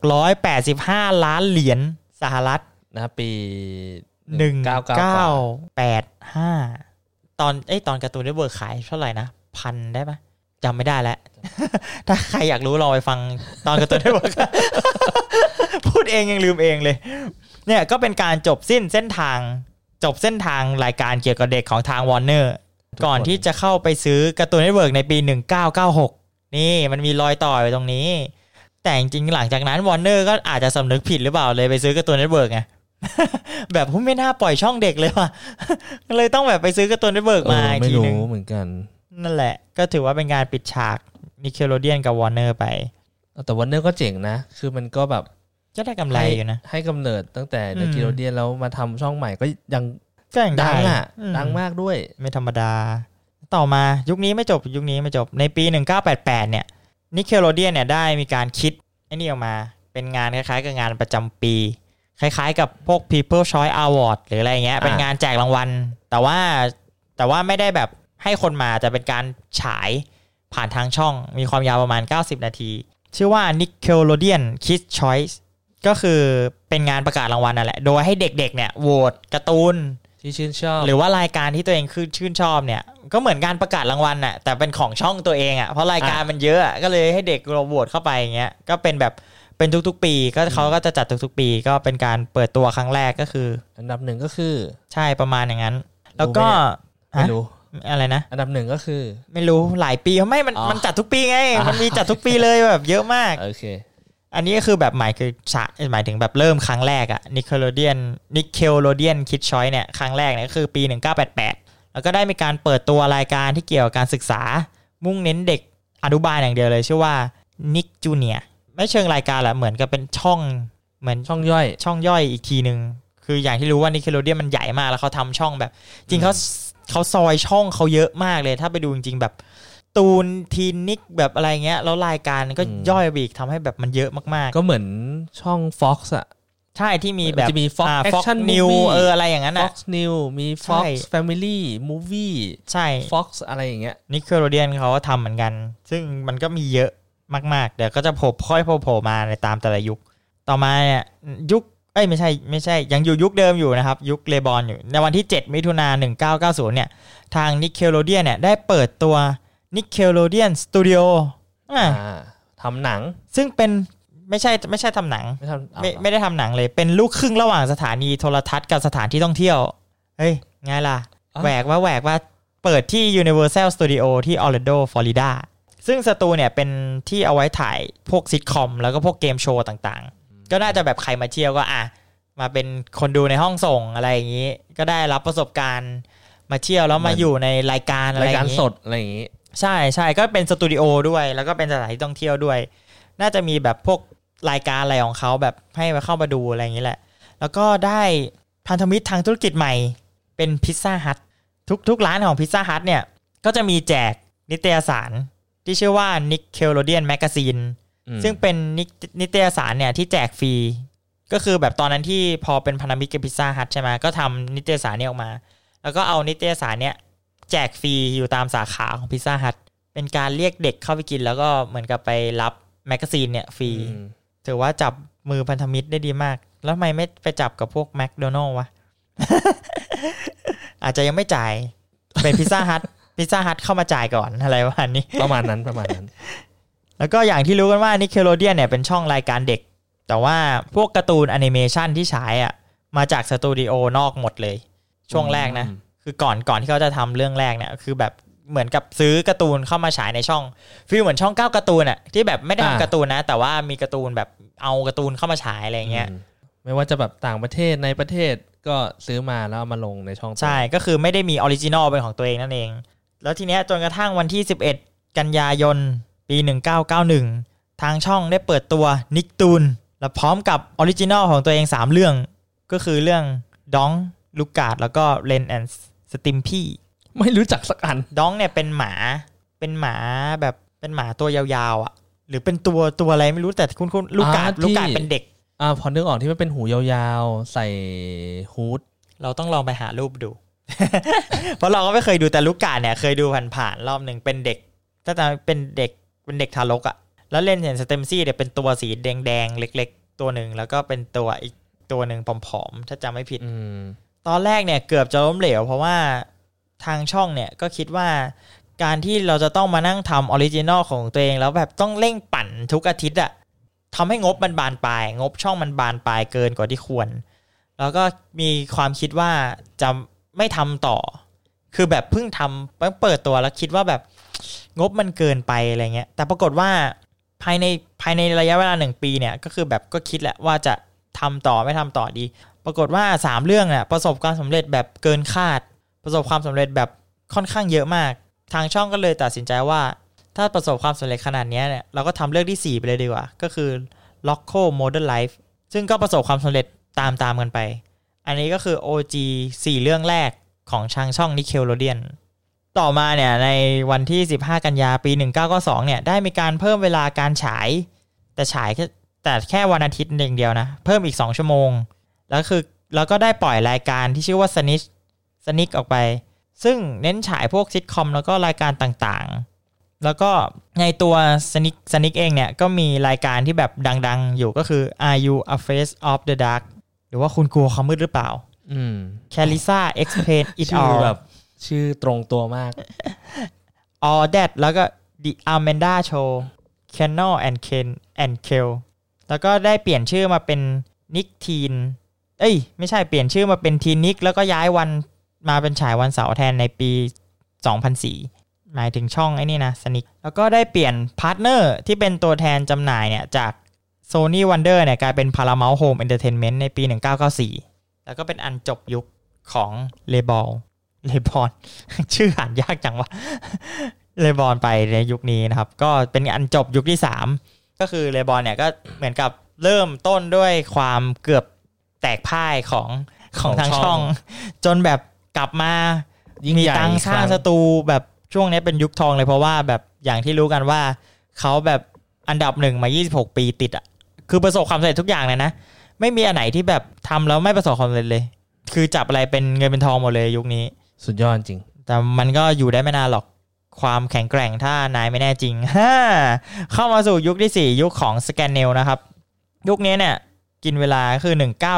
$685 ล้านสหรัฐ
นะปี
1985ตอนการ์ตูนเน็ตเวิร์คขายเท่าไหร่นะ 1,000 ได้ปะจำไม่ได้แล้ว ถ้าใครอยากรู้ลองไปฟังตอนการ์ตูนเน็ตเวิร์ค พูดเองยังลืมเองเลยเนี่ยก็เป็นการจบเส้นทางรายการเกี่ยวกับเด็กของทาง Warner ก่อนที่จะเข้าไปซื้อการ์ตูนเน็ตเวิร์คในปี1996นี่มันมีรอยต่อไปตรงนี้แต่จริงๆหลังจากนั้น Warner ก็อาจจะสำนึกผิดหรือเปล่าเลยไปซื้อการ์ตูนเน็ตเวิร์คไงแบบไม่น่าปล่อยช่องเด็กเลยว่ะ เลยต้องแบบไปซื้อการ์ตูนเน็ตเวิร์กมาอีกทีนึง
ไม่รู้เหมือนกัน
นั่นแหละก็ถือว่าเป็นการปิดฉาก Nickelodeon กับ Warner ไป
แต่ Warner ก็เจ๋งนะคือมันก็แบบ
ก็ได้กำไรอยู่นะ
ให้กำเนิดตั้งแต่ Nickelodeon แล้วมาทำช่องใหม่ก็ยังดังดังมากด้วย
ไม่ธรรมดาต่อมายุคนี้ไม่จบในปี1988เนี่ย Nickelodeon เนี่ยได้มีการคิดไอ้นี่ออกมาเป็นงานคล้ายๆกับงานประจำปีคล้ายๆกับพวก People Choice Award หรืออะไรเงี้ยเป็นงานแจกรางวัลแต่ว่าไม่ได้แบบให้คนมาจะเป็นการฉายผ่านทางช่องมีความยาวประมาณ90นาทีชื่อว่า Nickelodeon Kids Choice ก็คือเป็นงานประกาศรางวัลนั่นแหละโดยให้เด็กๆเนี่ยโหวตการ์ตูน
ที่ชื่นชอบ
หรือว่ารายการที่ตัวเองคือชื่นชอบเนี่ยก็เหมือนการประกาศรางวัลน่ะแต่เป็นของช่องตัวเองอ่ะเพราะรายการมันเยอะก็เลยให้เด็กเราโหวตเข้าไปอย่างเงี้ยก็เป็นแบบเป็นทุกๆปีก็เขาก็จะจัดทุกๆปีก็เป็นการเปิดตัวครั้งแรกก็คือ
อันดับ1ก็คือ
ใช่ประมาณอย่างนั้นแล้วก็
ไม่รู้
อะไรนะ
อันดับ1ก็คือ
ไม่รู้หลายปีไม่มันจัดทุกปีไงมันมีจัดทุกปีเลยแบบเยอะมาก
โอเค
อันนี้ก็คือแบบหมายถึงแบบเริ่มครั้งแรกอะ Nickelodeon Kids Choice เนี่ยครั้งแรกเนี่ยก็คือปี1988แล้วก็ได้มีการเปิดตัวรายการที่เกี่ยวกับการศึกษามุ่งเน้นเด็กอนุบาลอย่างเดียวเลยชื่อว่า Nick Junior ไม่เชิงรายการแหละเหมือนกับเป็นช่องเหมือน
ช่อง
ย่อยอีกทีนึงคืออย่างที่รู้ว่า Nickelodeon มันใหญ่มากแล้วเขาทำช่องแบบจริงเขาซอยช่องเขาเยอะมากเลยถ้าไปดูจริงๆแบบตูนทีนิกแบบอะไรเงี้ยแล้วรายการก็ย่อยไปอีกทำให้แบบมันเยอะมาก
ๆก็เหมือนช่อง Fox อ่ะ
ใช่ที่มีแบบ
จะมี Fox Action
New อะไรอย่างนั้น
น่ะ Fox New มี Fox Family Movie
ใช่
Fox อะไรอย่างเงี้ย
Nickelodeon เขาก็ทำเหมือนกันซึ่งมันก็มีเยอะมากๆเดี๋ยวก็จะโผล่มาในตามแต่ละยุคต่อมาเนี่ยยุคไม่ใช่ยังอยู่ยุคเดิมอยู่นะครับยุคเลบอนอยู่ในวันที่7มิถุนายน1990เนี่ยทาง Nickelodeon เนี่ยได้เปิดตัว Nickelodeon Studio
ทำหนัง
ซึ่งเป็นไม่ใช่ทำหนังไม่ได้ทำหนังเลยเป็นลูกครึ่งระหว่างสถานีโทรทัศน์กับสถานที่ท่องเที่ยวเฮ้ยไงล่ะแหวกว่าเปิดที่ Universal Studio ที่ Orlando Florida ซึ่งสตูเนี่ยเป็นที่เอาไว้ถ่ายพวกซิทคอมแล้วก็พวกเกมโชว์ต่างๆก็น่าจะแบบใครมาเที่ยวก็มาเป็นคนดูในห้องส่งอะไรอย่างนี้ก็ได้รับประสบการณ์มาเที่ยวแล้วมาอยู่ในรายการ
สดอะไรอย่างนี้
ใช่ก็เป็นสตูดิโอด้วยแล้วก็เป็นสถานที่ท่องเที่ยวด้วยน่าจะมีแบบพวกรายการอะไรของเขาแบบให้มาเข้ามาดูอะไรอย่างนี้แหละแล้วก็ได้พันธมิตรทางธุรกิจใหม่เป็นพิซซ่าฮัททุกร้านของพิซซ่าฮัทเนี่ยก็จะมีแจกนิตยสารที่ชื่อว่า Nickelodeon Magazine ซึ่งเป็นนิตยสารเนี่ยที่แจกฟรีก็คือแบบตอนนั้นที่พอเป็นพันธมิตรกับพิซซ่าฮัทใช่ไหมก็ทำนิตยสารนี้ออกมาแล้วก็เอานิตยสารเนี่ยแจกฟรีอยู่ตามสาขาของพิซซ่าฮัทเป็นการเรียกเด็กเข้าไปกินแล้วก็เหมือนกับไปรับแมกกาซีนเนี่ยฟรีถือว่าจับมือพันธมิตรได้ดีมากแล้วทำไมไม่ไปจับกับพวกแมคโดนัลด์วะ อาจจะยังไม่จ่ายเป็นพิซซ่าฮัทเข้ามาจ่ายก่อนอะไรวะนี้
ประมาณนั้น
แล้วก็อย่างที่รู้กันว่า Nickelodeon เนี่ยเป็นช่องรายการเด็กแต่ว่าพวกการ์ตูนแอนิเมชันที่ฉายมาจากสตูดิโอนอกหมดเลยช่วงแรกนะคือก่อนที่เขาจะทำเรื่องแรกเนี่ยคือแบบเหมือนกับซื้อการ์ตูนเข้ามาฉายในช่องฟีลเหมือนช่อง9การ์ตูนที่แบบไม่ได้ทำการ์ตูนนะแต่ว่ามีการ์ตูนแบบเอาการ์ตูนเข้ามาฉายอะไรเงี้ย
ไม่ว่าจะแบบต่างประเทศในประเทศก็ซื้อมาแล้วเอามาลงในช่อง
ใช่ก็คือไม่ได้มีออริจินอลเป็นของตัวเองนั่นเองแล้วทีเนี้ยจนกระทั่งวันที่11กันยายนปี1991ทางช่องได้เปิดตัวนิกตูนและพร้อมกับออริจินอลของตัวเอง3เรื่องก็คือเรื่องดองลูกาดแล้วก็เรนแอนด์สติมพี่
ไม่รู้จักสักอัน
ดองเนี่ยเป็นหมาแบบเป็นหมาตัวยาวๆหรือเป็นตัวอะไรไม่รู้แต่คุณลูกาดเป็นเด็ก
พอนึกออกที่มันเป็นหูยาวๆใส่ฮูด
เราต้องลองไปหารูปดู เพราะเราก็ไม่เคยดูแต่ลูกาดเนี่ยเคยดูผ่านๆรอบนึงเป็นเด็กถ้าจะเป็นเด็กทารกแล้วเล่นเห็นสเต็มซี่เนี่ยเป็นตัวสีแดงๆเล็กๆตัวนึงแล้วก็เป็นตัวอีกตัวนึงผอมๆถ้าจำไม่ผิดตอนแรกเนี่ยเกือบจะล้มเหลวเพราะว่าทางช่องเนี่ยก็คิดว่าการที่เราจะต้องมานั่งทำออริจินอลของตัวเองแล้วแบบต้องเร่งปั่นทุกอาทิตย์ทำให้งบมันบานปลายงบช่องมันบานปลายเกินกว่าที่ควรแล้วก็มีความคิดว่าจะไม่ทำต่อคือแบบเพิ่งเปิดตัวแล้วคิดว่าแบบงบมันเกินไปอะไรเงี้ยแต่ปรากฏว่าภายในระยะเวลา1ปีเนี่ยก็คือแบบก็คิดแหละว่าจะทำต่อไม่ทำต่อดีปรากฏว่า3เรื่องเนี่ยประสบความสำเร็จแบบเกินคาดประสบความสำเร็จแบบค่อนข้างเยอะมากทางช่องก็เลยตัดสินใจว่าถ้าประสบความสำเร็จขนาดนี้เนี่ยเราก็ทำเรื่องที่4ไปเลยดีกว่าก็คือ Loco Modern Life ซึ่งก็ประสบความสำเร็จตามกันไปอันนี้ก็คือ OG 4 เรื่องแรกของทางช่อง Nickelodeon ต่อมาเนี่ยในวันที่15กันยาปี1992เนี่ยได้มีการเพิ่มเวลาการฉายแต่แค่วันอาทิตย์อย่างเดียวนะเพิ่มอีก2ชั่วโมงแล้วก็ได้ปล่อยรายการที่ชื่อว่า Sonic ออกไปซึ่งเน้นฉายพวกซิทคอมแล้วก็รายการต่างๆแล้วก็ในตัว Sonic เองเนี่ยก็มีรายการที่แบบดังๆอยู่ก็คือ Are You Afraid of the Dark หรือว่าคุณกลัวความมืดหรือเปล่าCarissa Explain It All
แบบชื่อตรงตัวมาก
All That แล้วก็ The Amanda Show Kennel and Ken and Kel แล้วก็ได้เปลี่ยนชื่อมาเป็น Nick Teen ไม่ใช่เปลี่ยนชื่อมาเป็น Teen Nick แล้วก็ย้ายวันมาเป็นฉายวันเสาร์แทนในปี 2004 หมายถึงช่องไอ้นี่นะ Sonic แล้วก็ได้เปลี่ยนพาร์ทเนอร์ที่เป็นตัวแทนจำหน่ายเนี่ยจาก Sony Wonder เนี่ยกลายเป็น Paramount Home Entertainment ในปี 1994 แล้วก็เป็นอันจบยุคของเลบอน ชื่ออ่านยากจังวะ เลบอนไปในยุคนี้นะครับก็เป็นอันจบยุคที่3ก็คือเลบอนเนี่ยก็เหมือนกับเริ่มต้นด้วยความเกือบแตกพ่ายของทางช่องจนแบบกลับมามีตังสร้างสตูแบบช่วงนี้เป็นยุคทองเลยเพราะว่าแบบอย่างที่รู้กันว่าเขาแบบอันดับ1มา26ปีติดอ่ะคือประสบความสำเร็จทุกอย่างเลยนะไม่มีอันไหนที่แบบทำแล้วไม่ประสบความสำเร็จเลยคือจับอะไรเป็นเงินเป็นทองหมดเลยยุคนี้
สุดยอดจริง
แต่มันก็อยู่ได้ไม่นานหรอกความแข็งแกร่งถ้านายไม่แน่จริง เข้ามาสู่ยุคที่4ยุคของสแกนเนลนะครับยุคนี้เนี่ยกินเวลาคือ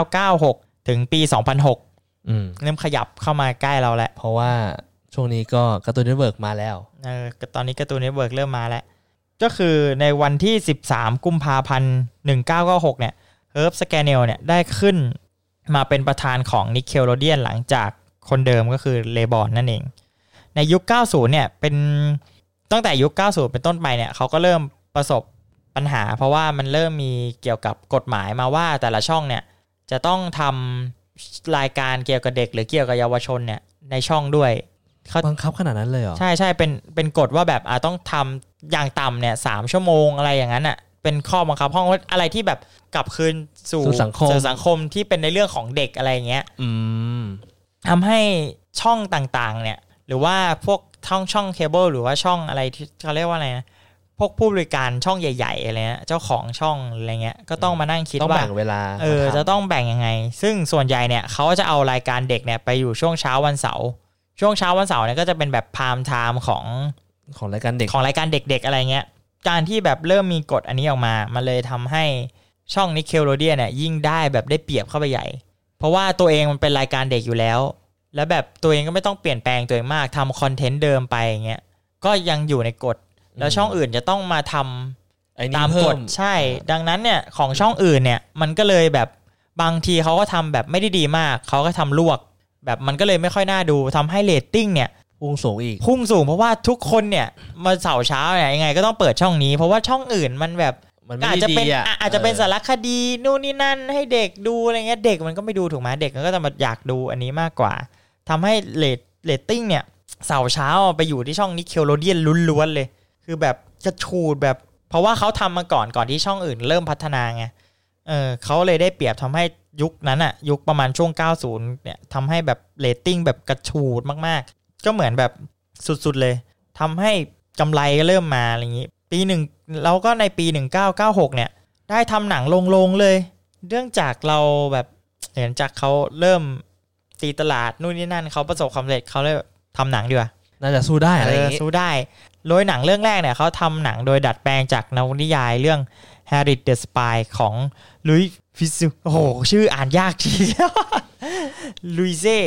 1996ถึงปี2006เริ่มขยับเข้ามาใกล้เราแล้ว
เพราะว่าช่วงนี้ก็การ์ตูนเน็ตเวิร์กมาแล้ว
ตอนนี้การ์ตูนเน็ตเวิร์กเริ่มมาแล้วก็คือในวันที่13กุมภาพันธ์1996เนี่ยเฮิร์บสแกนเนลเนี่ยได้ขึ้นมาเป็นประธานของ Nickelodeon หลังจากคนเดิมก็คือเลบอนนั่นเองในยุค90เนี่ยเป็นตั้งแต่ยุค90เป็นต้นไปเนี่ยเขาก็เริ่มประสบปัญหาเพราะว่ามันเริ่มมีเกี่ยวกับกฎหมายมาว่าแต่ละช่องเนี่ยจะต้องทำรายการเกี่ยวกับเด็กหรือเกี่ยวกับเยาวชนเนี่ยในช่องด้วย
บังคับขนาดนั้นเลยเหรอ
ใช่ๆเป็นกฎว่าแบบต้องทำอย่างต่ำเนี่ย3ชั่วโมงอะไรอย่างนั้นอ่ะเป็นข้อบังคับห้องอะไรที่แบบกลับคืนสู่สังคมที่เป็นในเรื่องของเด็กอะไรอย่างเงี้ยทำให้ช่องต่างๆเนี่ยหรือว่าพวกช่องเคเบิลหรือว่าช่องอะไรที่เขาเรียกว่าอะไรนะพวกผู้บริการช่องใหญ่ๆอะไรเงี้ยเจ้าของช่องอะไรเงี้ยก็ต้องมานั่งคิดว่า
แบ่งเวลา
จะต้องแบ่งยังไงซึ่งส่วนใหญ่เนี่ยเขาจะเอารายการเด็กเนี่ยไปอยู่ช่วงเช้าวันเสาร์เนี่ยก็จะเป็นแบบพามไทม์ของ
รายการเด็
กอะไรเงี้ยการที่แบบเริ่มมีกฎอันนี้ออกมามันเลยทำให้ช่อง Nickelodeon เนี่ยยิ่งได้แบบได้เปรียบเข้าไปใหญ่เพราะว่าตัวเองมันเป็นรายการเด็กอยู่แล้วแล้วแบบตัวเองก็ไม่ต้องเปลี่ยนแปลงตัวเองมากทำคอนเทนต์เดิมไปอย่างเงี้ยก็ยังอยู่ในกฎแล้วช่องอื่นจะต้องมาทำตามกฎใช่ดังนั้นเนี่ยของช่องอื่นเนี่ยมันก็เลยแบบบางทีเขาก็ทำแบบไม่ได้ดีมากเขาก็ทำลวกแบบมันก็เลยไม่ค่อยน่าดูทำให้เรตติ้งเนี่ย
พุ่ง
สูงเพราะว่าทุกคนเนี่ยมาเสาร์เช้าเนี่ยยังไงก็ต้องเปิดช่องนี้เพราะว่าช่องอื่นมันแบบอาจจะเป็นสารคดีนู่นนี่นั่นให้เด็กดูอะไรเงี้ยเด็กมันก็ไม่ดูถูกไหมเด็กมันก็จะมาอยากดูอันนี้มากกว่าทำให้เรตติ้งเนี่ยเสาร์เช้าไปอยู่ที่ช่อง Nickelodeon ล้วนๆเลยคือแบบจะชูดแบบเพราะว่าเขาทำมาก่อนที่ช่องอื่นเริ่มพัฒนาไงเขาเลยได้เปรียบทำให้ยุคนั้นอะยุคประมาณช่วง90เนี่ยทำให้แบบเรตติ้งแบบกระชูดมากๆก็เหมือนแบบสุดๆเลยทำให้กำไรก็เริ่มมาอะไรอย่างนี้ปีหนึ่งแล้วก็ในปี1996เนี่ยได้ทำหนังลงเลยเนื่องจากเราแบบเห็นจากเขาเริ่มตีตลาดนู่นนี่นั่นเขาประสบความสำเร็จเขาเลยทำหนังดีกว่า
น่าจะสู้ได้อะไรอย่างนี้
สู้ได้โดยหนังเรื่องแรกเนี่ยเขาทำหนังโดยดัดแปลงจากนวนิยายเรื่อง Harriet the Spy ของลุยฟิสโอ้โหชื่ออ่านยากทีเดียวลุยเซ่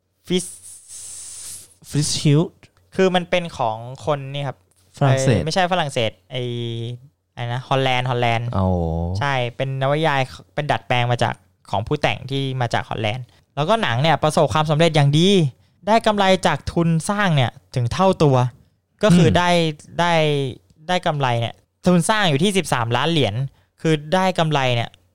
ฟิสฮิล
คือมันเป็นของคนนี่ครับ
ฝรั่งเศส
ไม่ใช่ฝรั่งเศสไอ้นะฮอลแลนด์ใช่เป็นนวนิยายเป็นดัดแปลงมาจากของผู้แต่งที่มาจากฮอลแลนด์แล้วก็หนังเนี่ยประสบความสำเร็จอย่างดีได้กำไรจากทุนสร้างเนี่ยถึงเท่าตัวก็คือได้กำไรเนี่ยทุนสร้างอยู่ที่13ล้านเหรียญคือได้กำไรเนี่ย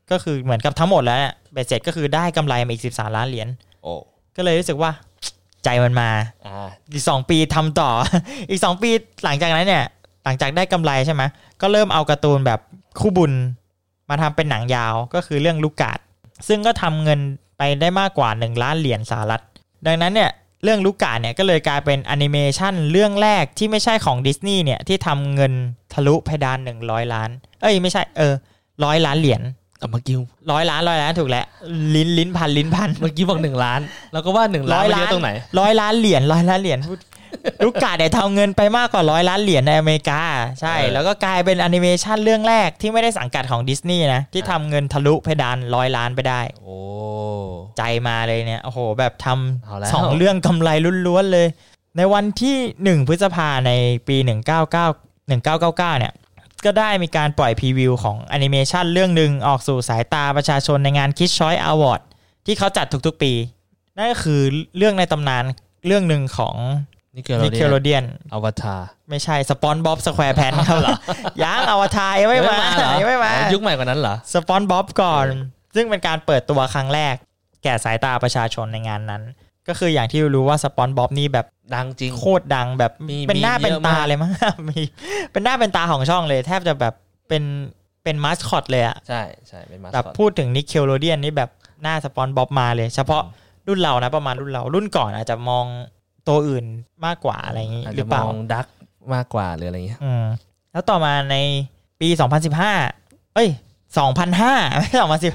ก็คือเหมือนกับทั้งหมดแล้วเนี่ยเบ็ดเสร็จก็คือได้กำไรมาอีก13ล้านเหรียญก็เลยรู้สึกว่าใจมันมาอีก2ปีทำต่อ อีก2ปีหลังจากนั้นเนี่ยหลังจากได้กำไรใช่ไหมก็เริ่มเอาการ์ตูนแบบคู่บุญมาทำเป็นหนังยาวก็คือเรื่องลูกาดซึ่งก็ทำเงินไปได้มากกว่า1ล้านเหรียญสหรัฐดังนั้นเนี่ยเรื่องลูกาดเนี่ยก็เลยกลายเป็นแอนิเมชันเรื่องแรกที่ไม่ใช่ของดิสนีย์เนี่ยที่ทำเงินทะลุเพดาน100ล้านไม่ใช่100ล้านเหรียญ
เมื่อกี้
100ล้านถูกแล้วลิ้นพัน
เมื่อกี้บอก1ล้านแล้วก็ว่า1ล้านเยอะตรงไหน
100ล้านเหรียญลูกกาดเนี่ยทำเงินไปมากกว่า100ล้านเหรียญในอเมริกาใช่แล้วก็กลายเป็นแอนิเมชันเรื่องแรกที่ไม่ได้สังกัดของดิสนีย์นะที่ทำเงินทะลุเพดาน100ล้านไปได้
โอ้
ใจมาเลยเนี่ยโอ้โหแบบทำ2เรื่องกำไรล้วนๆเลยในวันที่1พฤษภาคมในปี1999เนี่ยก็ได้มีการปล่อยพรีวิวของแอนิเมชันเรื่องนึงออกสู่สายตาประชาชนในงาน Kids Choice Award ที่เขาจัดทุกๆปีนั่นก็คือเรื่องในตำนานเรื่องนึงของNickelodeon
อวตาร
ไม่ใช่ SpongeBob SquarePants ครับเหรอยังอวตารยังไม่มา
ยุคใหม่กว่านั้นเหรอ
SpongeBob ก่อนซึ่งเป็นการเปิดตัวครั้งแรกแก่สายตาประชาชนในงานนั้นก็คืออย่างที่รู้ว่า SpongeBob นี่แบบ
ดังจริง
โคตรดังแบบเป็นหน้าเป็นตาเลยมั้งมีเป็นหน้าเป็นตาของช่องเลยแทบจะแบบเป็นมาสคอตเลยอ่ะ
ใช่เป็นมาสคอต
แบบพูดถึง Nickelodeon นี่แบบหน้า SpongeBob มาเลยเฉพาะรุ่นเรานะประมาณรุ่นก่อนอาจจะมองตัวอื่นมากกว่าอะไรอย่างนี้หรือเปล่าม
องดักมากกว่าหรืออะไรอย่างเงี้ย
แล้วต่อมาในปี2015 2005ไม่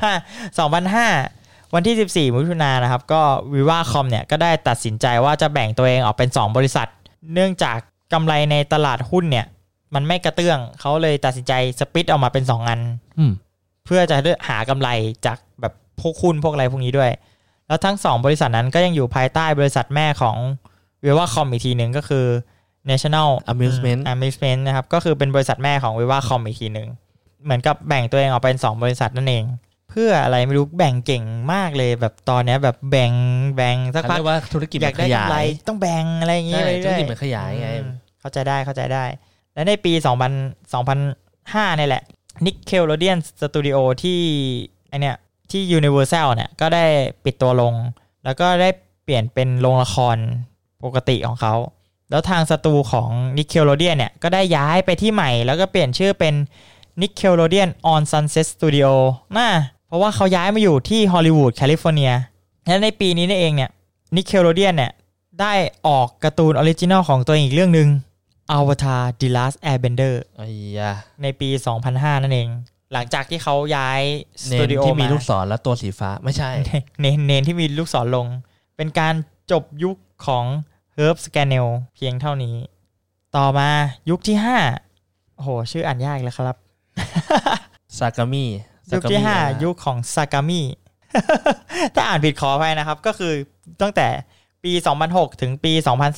2015วันที่14มิถุนายนนะครับก็ Viva.com เนี่ยก็ได้ตัดสินใจว่าจะแบ่งตัวเองออกเป็น2บริษัทเนื่องจากกำไรในตลาดหุ้นเนี่ยมันไม่กระเตื้องเขาเลยตัดสินใจสปลิตออกมาเป็น2อันเพื่อจะหากำไรจากแบบพวกหุ้นพวกอะไรพวกนี้ด้วยแล้วทั้ง2บริษัทนั้นก็ยังอยู่ภายใต้บริษัทแม่ของ Viva.com อีกทีนึงก็คือ National Amusement นะครับก็คือเป็นบริษัทแม่ของ Viva.com อีกทีนึงเหมือนกับแบ่งตัวเองออกเป็น2บริษัทนั่นเองเพื่ออะไรไม่รู้แบ่งเก่งมากเลยแบบตอนนี้แบบแบ่งสักพัก
ว่าธุรกิจ
อยากได้กำไรต้องแบ่งอะไรอย่างงี้ไปเรื่อย
ธุรกิจมันขยายไง
เข้าใจได้และในปี2005นี่แหละ Nickelodeon Studio ที่ที่ Universal เนี่ยก็ได้ปิดตัวลงแล้วก็ได้เปลี่ยนเป็นโรงละครปกติของเขาแล้วทางสตูของ Nickelodeon เนี่ยก็ได้ย้ายไปที่ใหม่แล้วก็เปลี่ยนชื่อเป็น Nickelodeon on Sunset Studio เพราะว่าเขาย้ายมาอยู่ที่ฮอลลีวูดแคลิฟอร์เนียและในปีนี้นี่เองเนี่ย Nickelodeon เนี่ยได้ออกการ์ตูนออริจินัลของตัวเองอีกเรื่องนึง Avatar The Last Airbender ในปี2005นั่นเองหลังจากที่เขาย้ายสตูดิโอ
ที่มีลูกศรและตัวสีฟ้าไม่ใช่
เนนที่มีลูกศรลงเป็นการจบยุคของ Herb Scannell เพียงเท่านี้ต่อมายุคที่5โอ้โหชื่ออ่านยากแล้วครับ
ซากามิ
ยุคที่5ยุคของซากามิถ้าอ่านผิดขออภัยนะครับก็คือตั้งแต่ปี2006ถึงปี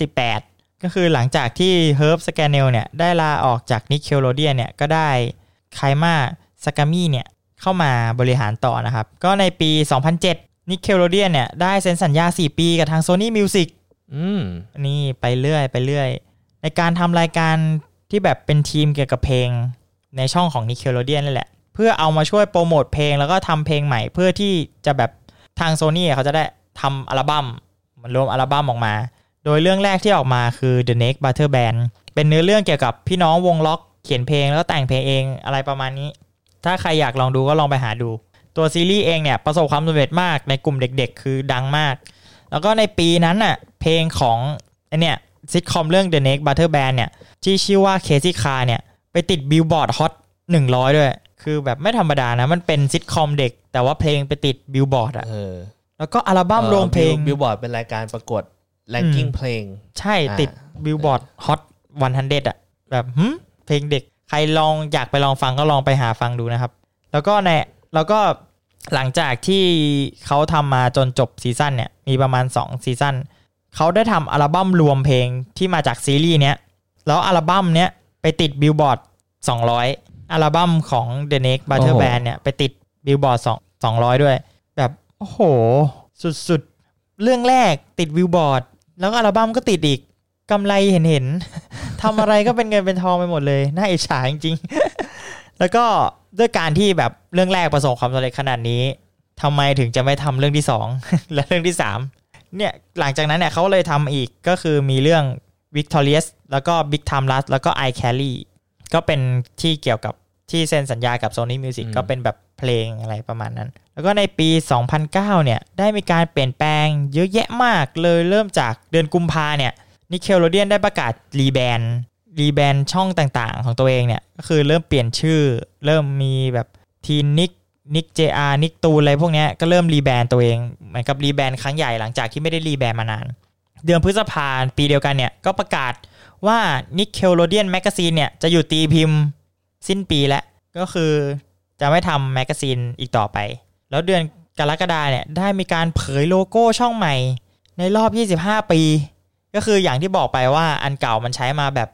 2018ก็คือหลังจากที่ Herb Scannell เนี่ยได้ลาออกจาก Nickelodeon เนี่ยก็ได้ไคมาซากามิเนี่ยเข้ามาบริหารต่อนะครับก็ในปี2007 Nickelodeon เนี่ยได้เซ็นสัญญา4ปีกับทาง Sony Music นี่ไปเรื่อยในการทำรายการที่แบบเป็นทีมเกี่ยวกับเพลงในช่องของ Nickelodeon นั่นแหละเพื่อเอามาช่วยโปรโมทเพลงแล้วก็ทำเพลงใหม่เพื่อที่จะแบบทาง Sony เขาจะได้ทำอัลบั้มมันรวมอัลบั้มออกมาโดยเรื่องแรกที่ออกมาคือ The Next Butter Band เป็นเนื้อเรื่องเกี่ยวกับพี่น้องวงล็อกเขียนเพลงแล้วก็แต่งเพลงเองอะไรประมาณนี้ถ้าใครอยากลองดูก็ลองไปหาดูตัวซีรีส์เองเนี่ยประสบความสำเร็จมากในกลุ่มเด็กๆคือดังมากแล้วก็ในปีนั้นน่ะเพลงของซิทคอมเรื่อง The Next Butter Band เนี่ยที่ชื่อว่า Crazy Car เนี่ยไปติด Billboard Hot 100ด้วยคือแบบไม่ธรรมดานะมันเป็นซิทคอมเด็กแต่ว่าเพลงไปติด Billboard อ่ะแล้วก็อัลบั้มรวมเพลง
Billboard เป็นรายการประกวด ranking เพลง
ใช่ติด Billboard Hot 100อ่ะแบบเพลงเด็กใครลองอยากไปลองฟังก็ลองไปหาฟังดูนะครับแล้วก็หลังจากที่เขาทำมาจนจบซีซั่นเนี่ยมีประมาณ2ซีซั่นเขาได้ทำอัลบั้มรวมเพลงที่มาจากซีรีส์เนี้ยแล้วอัลบั้มเนี้ยไปติด Billboard 200อัลบั้มของ The Next Butter Band เนี่ยไปติด Billboard 200ด้วยแบบโอ้โหสุดๆเรื่องแรกติด Billboard แล้วก็อัลบั้มก็ติดอีกกำไรเห็นทำอะไรก็เป็นเงินเป็นทองไปหมดเลยน่าอิจฉาจริงๆแล้วก็ด้วยการที่แบบเรื่องแรกประสบความสำเร็จขนาดนี้ทำไมถึงจะไม่ทำเรื่องที่2 และเรื่องที่3เนี่ยหลังจากนั้นเนี่ยเขาเลยทำอีกก็คือมีเรื่อง Victorious แล้วก็ Big Time Rush แล้วก็ I Carry ก็เป็นที่เกี่ยวกับที่เซ็นสัญญากับ Sony Music ก็เป็นแบบเพลงอะไรประมาณนั้นแล้วก็ในปี 2009 เนี่ยได้มีการเปลี่ยนแปลงเยอะแยะมากเลยเริ่มจากเดือนกุมภาเนี่ย Nickelodeon ได้ประกาศรีแบรนด์ช่องต่างๆของตัวเองเนี่ยก็คือเริ่มเปลี่ยนชื่อเริ่มมีแบบทีนิก JR นิกตูนอะไรพวกนี้ก็เริ่มรีแบรนด์ตัวเองเหมือนกับรีแบรนด์ครั้งใหญ่หลังจากที่ไม่ได้รีแบรนด์มานานเดือนพฤษภาคมปีเดียวกันเนี่ยก็ประกาศว่า Nickelodeon Magazine เนี่ยจะหยุดตีพิมพ์สิ้นปีแล้วก็คือจะไม่ทำแมกกาซีนอีกต่อไปแล้วเดือนกรกฎาคมเนี่ยได้มีการเผยโลโก้ช่องใหม่ในรอบ25ปีก็คืออย่างที่บอกไปว่าอันเก่ามันใช้มาแบบ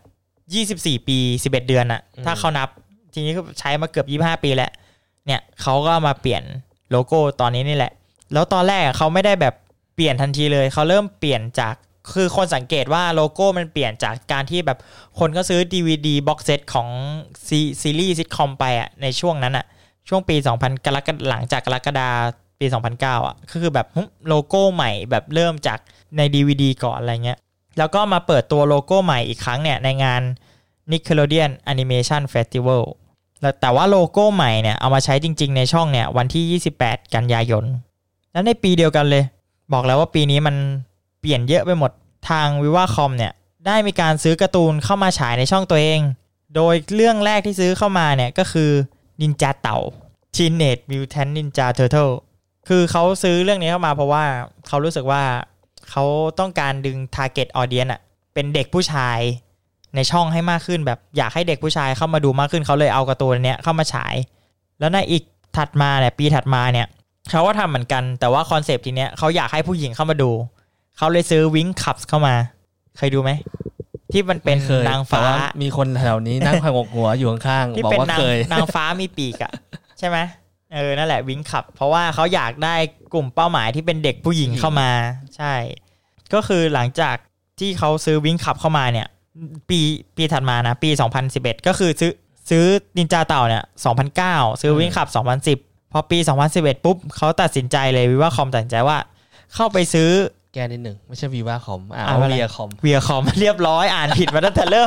24ปี11เดือนอะถ้าเขานับทีนี้ก็ใช้มาเกือบ25ปีแล้วเนี่ยเขาก็มาเปลี่ยนโลโก้ตอนนี้นี่แหละแล้วตอนแรกเขาไม่ได้แบบเปลี่ยนทันทีเลยเขาเริ่มเปลี่ยนจากคือคนสังเกตว่าโลโก้มันเปลี่ยนจากการที่แบบคนก็ซื้อ DVD box set ของซีรีส์ซิทคอมไปอ่ะในช่วงนั้นอ่ะช่วงปี2000หลังจากกรกฎาคมปี2009อ่ะก็คือแบบโลโก้ใหม่แบบเริ่มจากใน DVD ก่อนอะไรเงี้ยแล้วก็มาเปิดตัวโลโก้ใหม่อีกครั้งเนี่ยในงาน Nickelodeon Animation Festival แต่ว่าโลโก้ใหม่เนี่ยเอามาใช้จริงๆในช่องเนี่ยวันที่28กันยายนแล้วในปีเดียวกันเลยบอกแล้วว่าปีนี้มันเปลี่ยนเยอะไปหมดทาง Viva.com เนี่ยได้มีการซื้อการ์ตูนเข้ามาฉายในช่องตัวเองโดยเรื่องแรกที่ซื้อเข้ามาเนี่ยก็คือนินจาเต่า Teenage Mutant Ninja Turtle คือเขาซื้อเรื่องนี้เข้ามาเพราะว่าเขารู้สึกว่าเขาต้องการดึง target audience อะเป็นเด็กผู้ชายในช่องให้มากขึ้นแบบอยากให้เด็กผู้ชายเข้ามาดูมากขึ้นเขาเลยเอาการ์ตูนเนี้ยเข้ามาฉายแล้วในอีกถัดมาเนี่ยปีถัดมาเนี่ยเขาก็ทำเหมือนกันแต่ว่าคอนเซปต์ทีเนี้ยเขาอยากให้ผู้หญิงเข้ามาดูเขาเลยซื้อวิงคัพเข้ามาเคยดูไหมที่มันเป็นนางฟ้า
มีคนแถวนี้นั่งพงกหัวอยู่ข้างๆบอกว่าเคย
นางฟ้ามีปีกอะใช่ไหมนั่นแหละวิงคัพเพราะว่าเขาอยากได้กลุ่มเป้าหมายที่เป็นเด็กผู้หญิงเข้ามาใช่ก็คือหลังจากที่เขาซื้อวิงคัพเข้ามาเนี่ยปีถัดมานะปี2011ก็คือซื้อนินจาเต่าเนี่ย2009ซื้อวิงคัพ2010พอปี2011ปุ๊บเขาตัดสินใจเลยViva.comตัดสินใจว่าเข้าไปซื้อ
แกนิดหนึ่งไม่ใช่ Viva.com
Viacom เรียบร้อยอ่านผิดมาตั้งแต่เริ่ม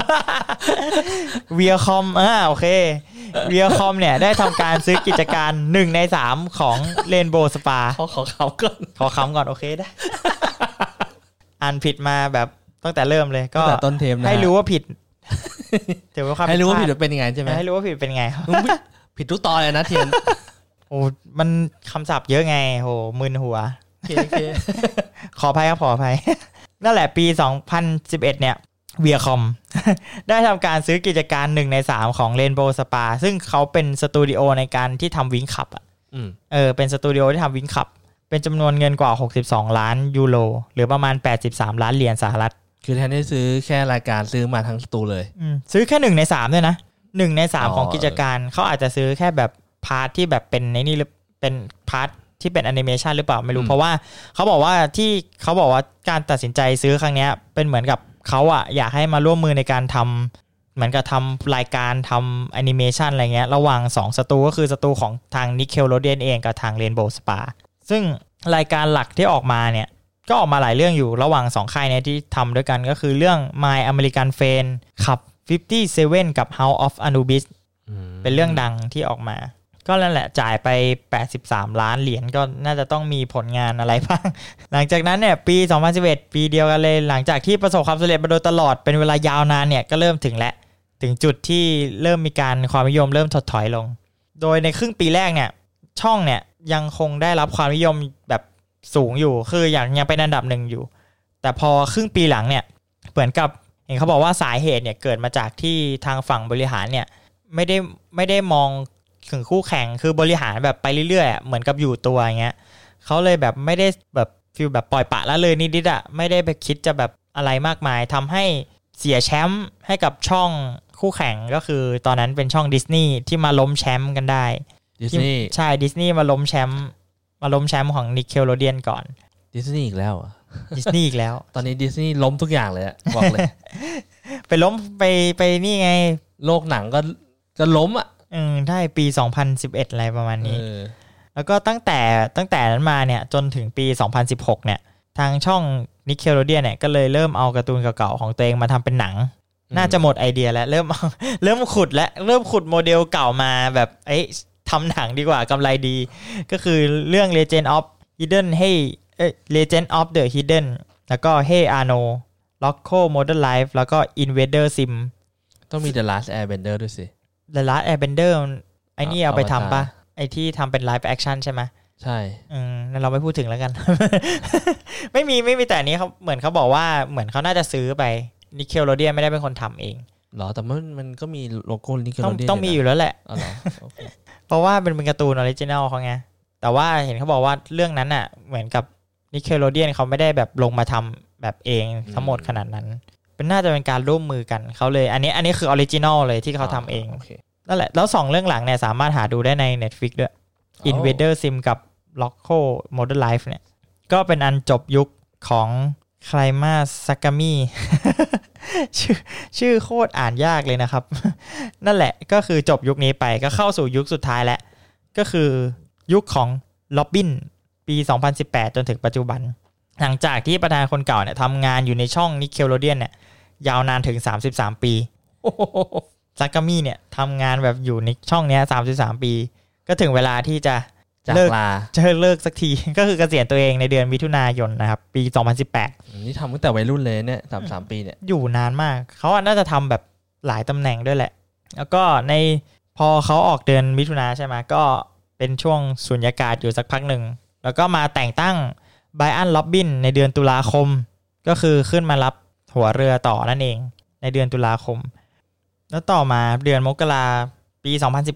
Viacom โอเค Viacom เนี่ยได้ทำการซื้อกิจการ1ใน3ของ Rainbow Spa
ขอคำ
ก่อนโอเคได้ อ่านผิดมาแบบตั้งแต่เริ่มเลยก็
ต้นเทมนะ
ให้รู้ว่าผิด
ให้รู้ว่าผิดเป็นยังไงใช่ไหม
ให้รู้ว่าผิดเป็นไง
ผิดทุกตอนเลยนะเทียน
โอ้มันคำศัพท์เยอะไงโหมึนหัวขออภัยครับขออภัยนั่นแหละปี2011เนี่ยViacom ได้ทำการซื้อกิจการ1ใน3ของ Rainbow Spa ซึ่งเขาเป็นสตูดิโอในการที่ทำวิงคัพอ่ะเป็นสตูดิโอที่ทำวิงคัพเป็นจำนวนเงินกว่า62ล้านยูโรหรือประมาณ83ล้านเหรียญสหรัฐ
คือแทนที่ซื้อแค่รายการซื้อมาทั้งสตูเลย
ซื้อแค่1ใน3ด้วยนะ1ใน3ของกิจการเขาอาจจะซื้อแค่แบบพาร์ทที่แบบเป็นในนี่เป็นพาร์ทที่เป็นแอนิเมชันหรือเปล่าไม่รู้เพราะว่าเขาบอกว่าการตัดสินใจซื้อครั้งนี้เป็นเหมือนกับเขาอะอยากให้มาร่วมมือในการทำเหมือนกับทำรายการทำแอนิเมชันอะไรเงี้ยระหว่าง2สตูก็คือสตูของทาง Nickelodeon เองกับทาง Rainbow Spa ซึ่งรายการหลักที่ออกมาเนี่ยก็ออกมาหลายเรื่องอยู่ระหว่าง2ค่ายเนี่ยที่ทำด้วยกันก็คือเรื่อง My American Friend ขับ57กับ House of Anubis เป็นเรื่องดังที่ออกมาก็นั่นแหละจ่ายไป83ล้านเหรียญก็น่าจะต้องมีผลงานอะไรบ้างหลังจากนั้นเนี่ยปี2011ปีเดียวกันเลยหลังจากที่ประสบความสำเร็จมาโดยตลอดเป็นเวลายาวนานเนี่ยก็เริ่มถึงจุดที่เริ่มมีการความนิยมเริ่มถดถอยลงโดยในครึ่งปีแรกเนี่ยช่องเนี่ยยังคงได้รับความนิยมแบบสูงอยู่คือยังเป็นอันดับ1อยู่แต่พอครึ่งปีหลังเนี่ยเหมือนกับเห็นเขาบอกว่าสาเหตุเนี่ยเกิดมาจากที่ทางฝั่งบริหารเนี่ยไม่ได้มองถึงคู่แข่งคือบริหารแบบไปเรื่อยๆเหมือนกับอยู่ตัวอย่างเงี้ยเขาเลยแบบไม่ได้แบบฟีลแบบปล่อยปละละเลยนิดๆอ่ะไม่ได้ไปคิดจะแบบอะไรมากมายทำให้เสียแชมป์ให้กับช่องคู่แข่งก็คือตอนนั้นเป็นช่องดิสนีย์ที่มาล้มแชมป์กันได้
ดิสนีย์
ใช่ดิสนีย์มาล้มแชมป์ของ Nickelodeon ก่อน
ดิสนีย์อีกแล้ว
ดิสนีย์อีกแล้ว
ตอนนี้ดิสนีย์ล้มทุกอย่างเลยบอกเลย
ไปล้มไปนี่ไง
โลกหนังก็ล้มอ่ะ
ได้ปี2011อะไรประมาณนี้แล้วก็ตั้งแต่นั้นมาเนี่ยจนถึงปี2016เนี่ยทางช่อง Nickelodeon เนี่ยก็เลยเริ่มเอาการ์ตูนเก่าๆของตัวเองมาทำเป็นหนังน่าจะหมดไอเดียแล้วเริ่มขุดโมเดลเก่ามาแบบทำหนังดีกว่ากำไรดีก็คือเรื่อง Legend of Hidden Legend of the Hidden แล้วก็ Hey Arno Rocco Modern Life แล้วก็ Invader Sim
ต้องมี The Last Airbender ด้วยสิ
The Last Airbender ไอ้นี่เอาไปทำปะไอ้ที่ทำเป็น live action ใช่ไหม
ใช่
งั้นเราไม่พูดถึงแล้วกัน ไม่มีแต่อันนี้เขาเหมือนเขาบอกว่าเหมือนเขาน่าจะซื้อไป Nickelodeon ไม่ได้เป็นคนทำเอง
หรอแต่มันก็มีโลโก้ Nickelodeon
ต้องมีอยู่แล้วแหละ
อ๋อเหรอ okay.
เพราะว่าเป็นการ์ตูนออริจินัลเขาไงแต่ว่าเห็นเขาบอกว่าเรื่องนั้นอ่ะเหมือนกับ Nickelodeon เขาไม่ได้แบบลงมาทำแบบเองทั้งหมดขนาดนั้นเป็นน่าจะเป็นการร่วมมือกันเขาเลยอันนี้คือออริจินัลเลยที่เขาทำเอง
okay.
นั่นแหละแล้ว2เรื่องหลังเนี่ยสามารถหาดูได้ใน Netflix ด้วย Invader Sim กับ Rocco Modern Life เนี่ยก็เป็นอันจบยุคของไคลมาซากามิ ชื่อโคตรอ่านยากเลยนะครับ นั่นแหละก็คือจบยุคนี้ไปก็เข้าสู่ยุคสุดท้ายแล้วก็คือยุคของล็อบบินปี2018จนถึงปัจจุบันหลังจากที่ประธานคนเก่าเนี่ยทำงานอยู่ในช่อง Nickelodeon เนี่ยยาวนานถึง33ปีซากามิเนี่ยทำงานแบบอยู่ในช่องเนี้ย33ปีก็ถึงเวลาที่จะเลิกสักที ก็คือเกษียณตัวเองในเดือนมิถุนายนนะครับปี2018
นี่ทำตั้งแต่วัยรุ่นเลยเนี่ย33ปีเนี่ย
อยู่นานมากเขาน่าจะทำแบบหลายตำแหน่งด้วยแหละแล้วก็ในพอเขาออกเดือนมิถุนาใช่ไหมก็เป็นช่วงสุญญากาศอยู่สักพักหนึ่งแล้วก็มาแต่งตั้งไบรอัน ล็อบบินในเดือนตุลาคมก็คือขึ้นมารับหัวเรือต่อนั่นเองในเดือนตุลาคมแล้วต่อมาเดือนมกราปี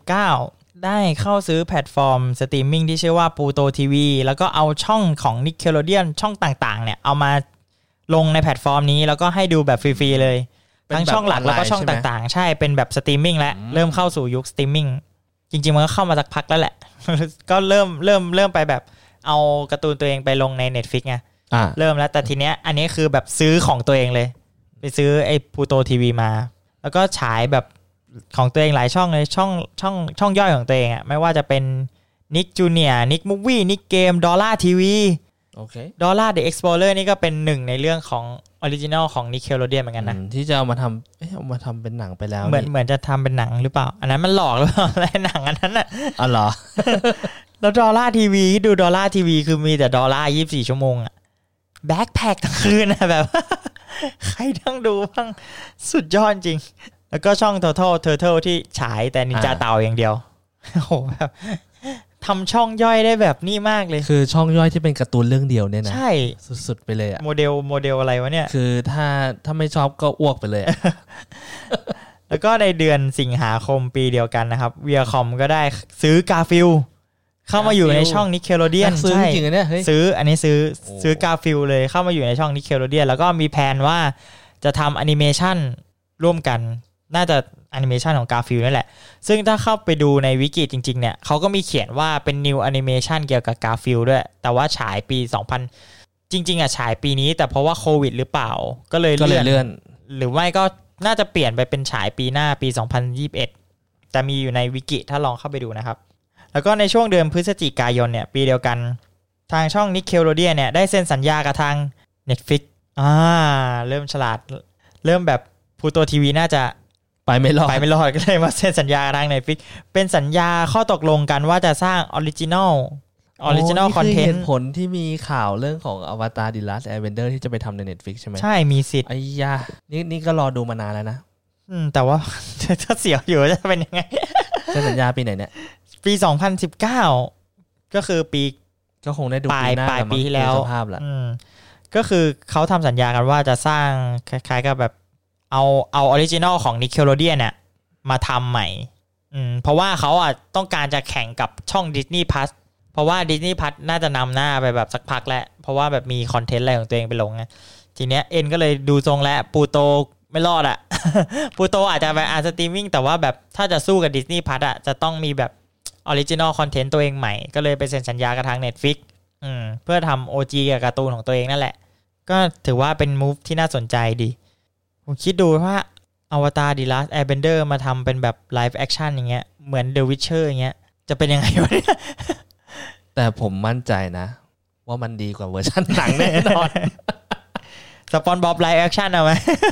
2019ได้เข้าซื้อแพลตฟอร์มสตรีมมิ่งที่ชื่อว่า Pluto TV แล้วก็เอาช่องของ Nickelodeon ช่องต่างๆเนี่ยเอามาลงในแพลตฟอร์มนี้แล้วก็ให้ดูแบบฟรีๆเลยทั้งช่องหลักแล้วก็ช่องต่างๆใช่เป็นแบบสตรีมมิ่งแล้วเริ่มเข้าสู่ยุคสตรีมมิ่งจริงๆมันก็เข้ามาสักพักแล้วแหละ ก็เริ่มไปแบบเอาการ์ตูนตัวเองไปลงใน Netflix ไงเริ่มแล้วแต่ทีเนี้ยอันนี้คือแบบซื้อของตัวเองเลยไปซื้อไอ้ Pluto TV มาแล้วก็ฉายแบบของตัวเองหลายช่องเลยช่องย่อยของตัวเองอ่ะไม่ว่าจะเป็น Nick Junior Nick Movie Nick Game Dollar TV
โอเค
Dollar the Explorer นี่ก็เป็นหนึ่งในเรื่องของออริจินัลของ Nickelodeon เหมือนกันนะ
ที่จะเอามาทำเป็นหนังไปแล้ว
เหมือนจะทำเป็นหนังหรือเปล่าอันนั้นมันหลอกหรือเปล่าอะไรหนังอันนั้นอ่ะ
อ๋อเหรอ
แล้ว Dollar TV ดู Dollar TV คือมีแต่ Dollar 24 ชั่วโมงอ่ะแบ็คแพ็คทั้งคืนนะแบบ ใครทั้งดูบ้างสุดยอดจริงแล้วก็ช่อง Turtle ที่ฉายแต่นินจาเต่าอย่างเดียวโอ้โหแบบทำช่องย่อยได้แบบนี่มากเลย
คือช่องย่อยที่เป็นการ์ตูนเรื่องเดียวเนี่ยนะ
ใช่
สุดๆไปเลยอะ
โมเดลอะไรวะเนี่ย
คือถ้าไม่ชอบก็อ้วกไปเลย
แล้วก็ในเดือนสิงหาคมปีเดียวกันนะครับ Viacom ก็ได้ซื้อกาฟิลเข้ามาอยู่ในช่อง Nickelodeon
ซื้อจริงๆเนี่ย
ซื้ออันนี้ซื้อกาฟิลเลยเข้ามาอยู่ในช่อง Nickelodeon แล้วก็มีแผนว่าจะทำแอนิเมชันร่วมกันน่าจะแอนิเมชันของกาฟิลนั่นแหละซึ่งถ้าเข้าไปดูในวิกิจริงๆเนี่ยเขาก็มีเขียนว่าเป็น New Animation เกี่ยวกับกาฟิลด้วยแต่ว่าฉายปี2000จริงๆอ่ะฉายปีนี้แต่เพราะว่าโควิดหรือเปล่าก็เลยเลื่อนหรือไม่ก็น่าจะเปลี่ยนไปเป็นฉายปีหน้าปี2021แต่มีอยู่ในวิกิถ้าลองเข้าไปดูนะครับแล้วก็ในช่วงเดือนพฤศจิกายนเนี่ยปีเดียวกันทางช่อง Nickelodeon เนี่ยได้เซ็นสัญญากับทาง Netflix เริ่มฉลาดเริ่มแบบ Pluto TV น่าจะ
ไปไม่รอ
ดก็เลยมาเซ็นสัญญาทาง Netflix เป็นสัญญาข้อตกลงกันว่าจะสร้างออริจินอลคอนเทนต์
เหตุผลที่มีข่าวเรื่องของ Avatar The Last Airbender ที่จะไปทำใน Netflix ใช่ไหม
ใช่มีสิทธิ์
ไอ้ยานี่ก็รอดูมานานแล้วนะ
แต่ว่าถ้าเสียวอยู่จะเป็นยังไง
เซ็นสัญญาปีไหนเนี่ย
ปี2019ก็คือปี
ก็คงได้ดู
ปลายปีที่แล้วก็คือเขาทำสัญญากันว่าจะสร้างคล้ายๆกับแบบเอาออริจินอลของ Nickelodeon เนี่ยมาทำใหม่เพราะว่าเขาต้องการจะแข่งกับช่อง Disney Plus เพราะว่า Disney Plus น่าจะนำหน้าไปแบบสักพักแล้วเพราะว่าแบบมีคอนเทนต์อะไรของตัวเองไปลงไงทีเนี้ยเอ็นก็เลยดูทรงแล้วปูโตไม่รอดอ่ะ ปูโตอาจจะไปสตรีมมิ่งแต่ว่าแบบถ้าจะสู้กับ Disney Plus จะต้องมีแบบออริจินอลคอนเทนต์ตัวเองใหม่ก็เลยไปเซ็นสัญญากับทาง Netflix เพื่อทำ OG กับการ์ตูนของตัวเองนั่นแหละก็ถือว่าเป็นมูฟที่น่าสนใจดีผมคิดดูว่า Avatar The Last Airbender มาทำเป็นแบบ live action อย่างเงี้ยเหมือน The Witcher อย่างเงี้ยจะเป็นยังไงวะเนี่ย
แต่ผมมั่นใจนะว่ามันดีกว่าเวอร์ชันหนังแน่นอน
สปอนบ๊อบไลฟ์แอคชั่นเอาไหม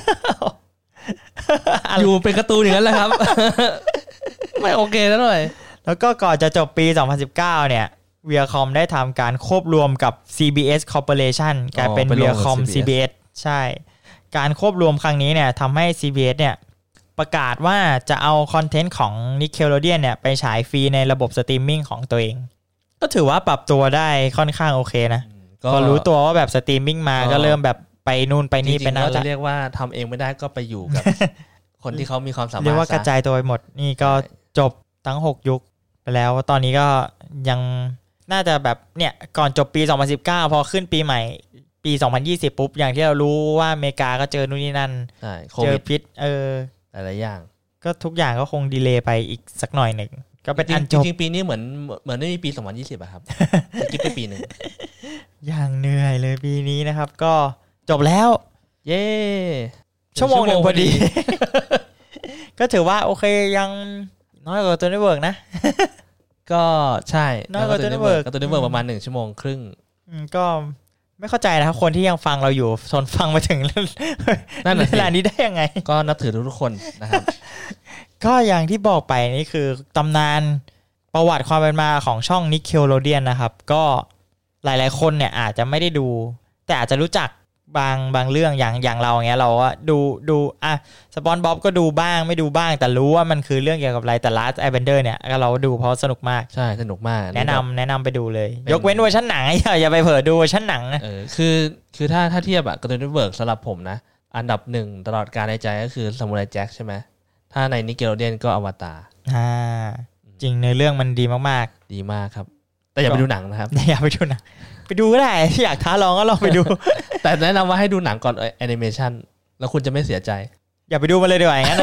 อยู่เป็นการ์ตูนอย่างนั้นแหละครับ ไม่โอเคแล้วหน่อย
แล้วก็ก่อนจะจบปี 2019 เนี่ย Viacom ได้ทำการควบรวมกับ CBS Corporation กลายเป็น Viacom CBS ใช่การควบรวมครั้งนี้เนี่ยทำให้ CBS เนี่ยประกาศว่าจะเอาคอนเทนต์ของ Nickelodeon เนี่ยไปฉายฟรีในระบบสตรีมมิ่งของตัวเองก็ถือว่าปรับตัวได้ค่อนข้างโอเคนะพอรู้ตัวว่าแบบสตรีมมิ่งมาก็เริ่มแบบไปนู่นไปนี่ไปนั่นแล้ว
จะเรียกว่าทำเองไม่ได้ก็ไปอยู่กับ คนที่เขามีความสามารถ
เรียกว่ากระจายตัวไปหมดนี่ก็จบทั้ง6ยุคไปแล้วตอนนี้ก็ยังน่าจะแบบเนี่ยก่อนจบปี2019พอขึ้นปีใหม่ปี2020ปุ๊บอย่างที่เรารู้ว่าอเมริกาก็เจอนู่นนี่นั่นเจอพิษ
หลายๆอย่าง
ก็ทุกอย่างก็คงดีเลย์ไปอีกสักหน่อยหนึ่งก็เป็นอันจบ
จริงๆปีนี้เหมือนไม่มีปี2020อะครับคิดไปปีนึง
อย่างเหนื่อยเลยปีนี้นะครับก็จบแล้ว
เย้
ชั่วโมงนึงพอดี ก็ถือว่าโอเคยังน้อยกว่าตัวนี้เวิร์กนะ
ก็ใช่
น้อยกว่าตัวนี้เวิร์
กประมาณ1ชั่วโมงครึ่ง
ก็ไม่เข้าใจนะครับคนที่ยังฟังเราอยู่ทนฟังมาถึงนั่นเวลานี้ได้ยังไง
ก็นับถือทุกคนนะครับ
ก็อย่างที่บอกไปนี่คือตำนานประวัติความเป็นมาของช่อง Nickelodeon นะครับก็หลายๆคนเนี่ยอาจจะไม่ได้ดูแต่อาจจะรู้จักบางเรื่องอย่างเราอย่างเงี้ยเราว่าดูสปอนบ๊อบก็ดูบ้างไม่ดูบ้างแต่รู้ว่ามันคือเรื่องเกี่ยวกับอะไรแต่ Last Airbender เนี่ยเราดูเพราะสนุกมาก
ใช่สนุกมาก
แนะนำไปดูเลยยกเว้นเวอร์ชันหนังอย่าไปเผลอดูเวอร์ชันหนังนะ
คือถ้าเทียบอะการ์ตูนเน็ตเวิร์กสำหรับผมนะอันดับ1ตลอดกาลในใจก็คือซามูไรแจ็คใช่ไหมถ้าใน Nickelodeon ก็อวตาร
จริงในเรื่องมันดีมาก
ๆดีมากครับแต่อย่าไปดูหนังนะครับ
อย่าไปดูหนังไปดูก็ได้ที่อยากท้าลองก็ลองไปดู
แต่แนะนำว่าให้ดูหนังก่อนแอนิเมชันแล้วคุณจะไม่เสียใจ
อย่าไปดูมาเลยดีกว่าอย่างนั้น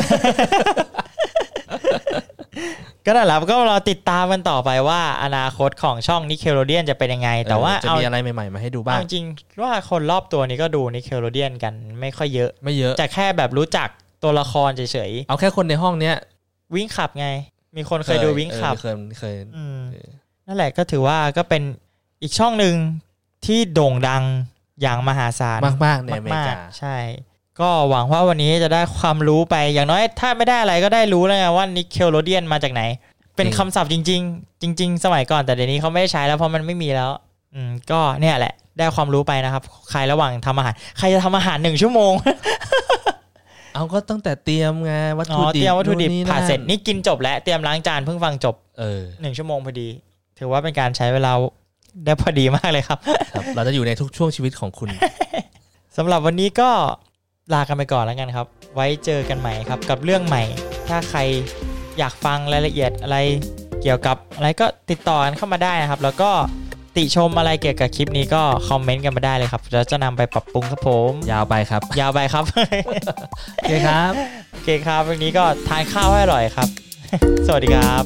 ก็นั่นแหละก็เราติดตามกันต่อไปว่าอนาคตของช่อง Nickelodeon จะเป็นยังไงแต่ว่า
จะมีอะไรใหม่ๆมาให้ดูบ้าง
จริงๆว่าคนรอบตัวนี้ก็ดู Nickelodeon กันไม่ค่อยเยอะจะแค่แบบรู้จักตัวละครเฉย
ๆเอาแค่คนในห้องเนี้ย
วิ่งขับไงมีคนเคยดูวิ่งขับ
เคย
นั่นแหละก็ถือว่าก็เป็นอีกช่องหนึ่งที่โด่งดังอย่างมหาศาล
มากๆในอเมริกา
ใช่ก็หวังว่าวันนี้จะได้ความรู้ไปอย่างน้อยถ้าไม่ได้อะไรก็ได้รู้แล้วไงว่า Nickelodeon มาจากไหนเป็นคำศัพท์จริงสมัยก่อนแต่เดี๋ยวนี้เขาไม่ได้ใช้แล้วเพราะมันไม่มีแล้วก็เนี่ยแหละได้ความรู้ไปนะครับใครระหว่างทำอาหารใครจะทำอาหาร1ชั่วโมง
เอาก็ตั้งแต่เตรียมไงวัตถุ
ดิบผ่าเสร็จนี่กินจบแล้วเตรียมล้างจานเพิ่งฟังจบ1ชั่วโมงพอดีถือว่าเป็นการใช้เวลาได้พอดีมากเลยครับ
เราจะอยู่ในทุกช่วงชีวิตของคุณ
สำหรับวันนี้ก็ลากันไปก่อนแล้วกันครับไว้เจอกันใหม่ครับกับเรื่องใหม่ถ้าใครอยากฟังรายละเอียดอะไรเกี่ยวกับอะไรก็ติดต่อกันเข้ามาได้นะครับแล้วก็ติชมอะไรเกี่ยวกับคลิปนี้ก็คอมเมนต์กันมาได้เลยครับเราจะนำไปปรับปรุงครับผม
ยาวไปครับ
โอเคครับวันนี้ก็ทานข้าวให้อร่อยครับสวัสดีครับ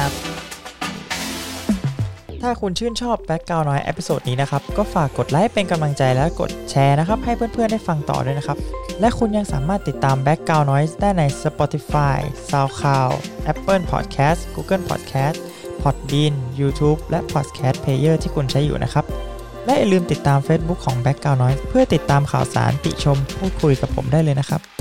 ถ้าคุณชื่นชอบแบ็คกราวด์น้อยเอพิโซดนี้นะครับก็ฝากกดไลค์เป็นกำลังใจและกดแชร์นะครับให้เพื่อนๆได้ฟังต่อด้วยนะครับและคุณยังสามารถติดตามแบ็คกราวด์น้อยได้ใน Spotify, SoundCloud, Apple Podcast, Google Podcast, Podbean, YouTube และ Podcast Player ที่คุณใช้อยู่นะครับและอย่าลืมติดตาม Facebook ของ Background Noise เพื่อติดตามข่าวสารติชมพูดคุยกับผมได้เลยนะครับ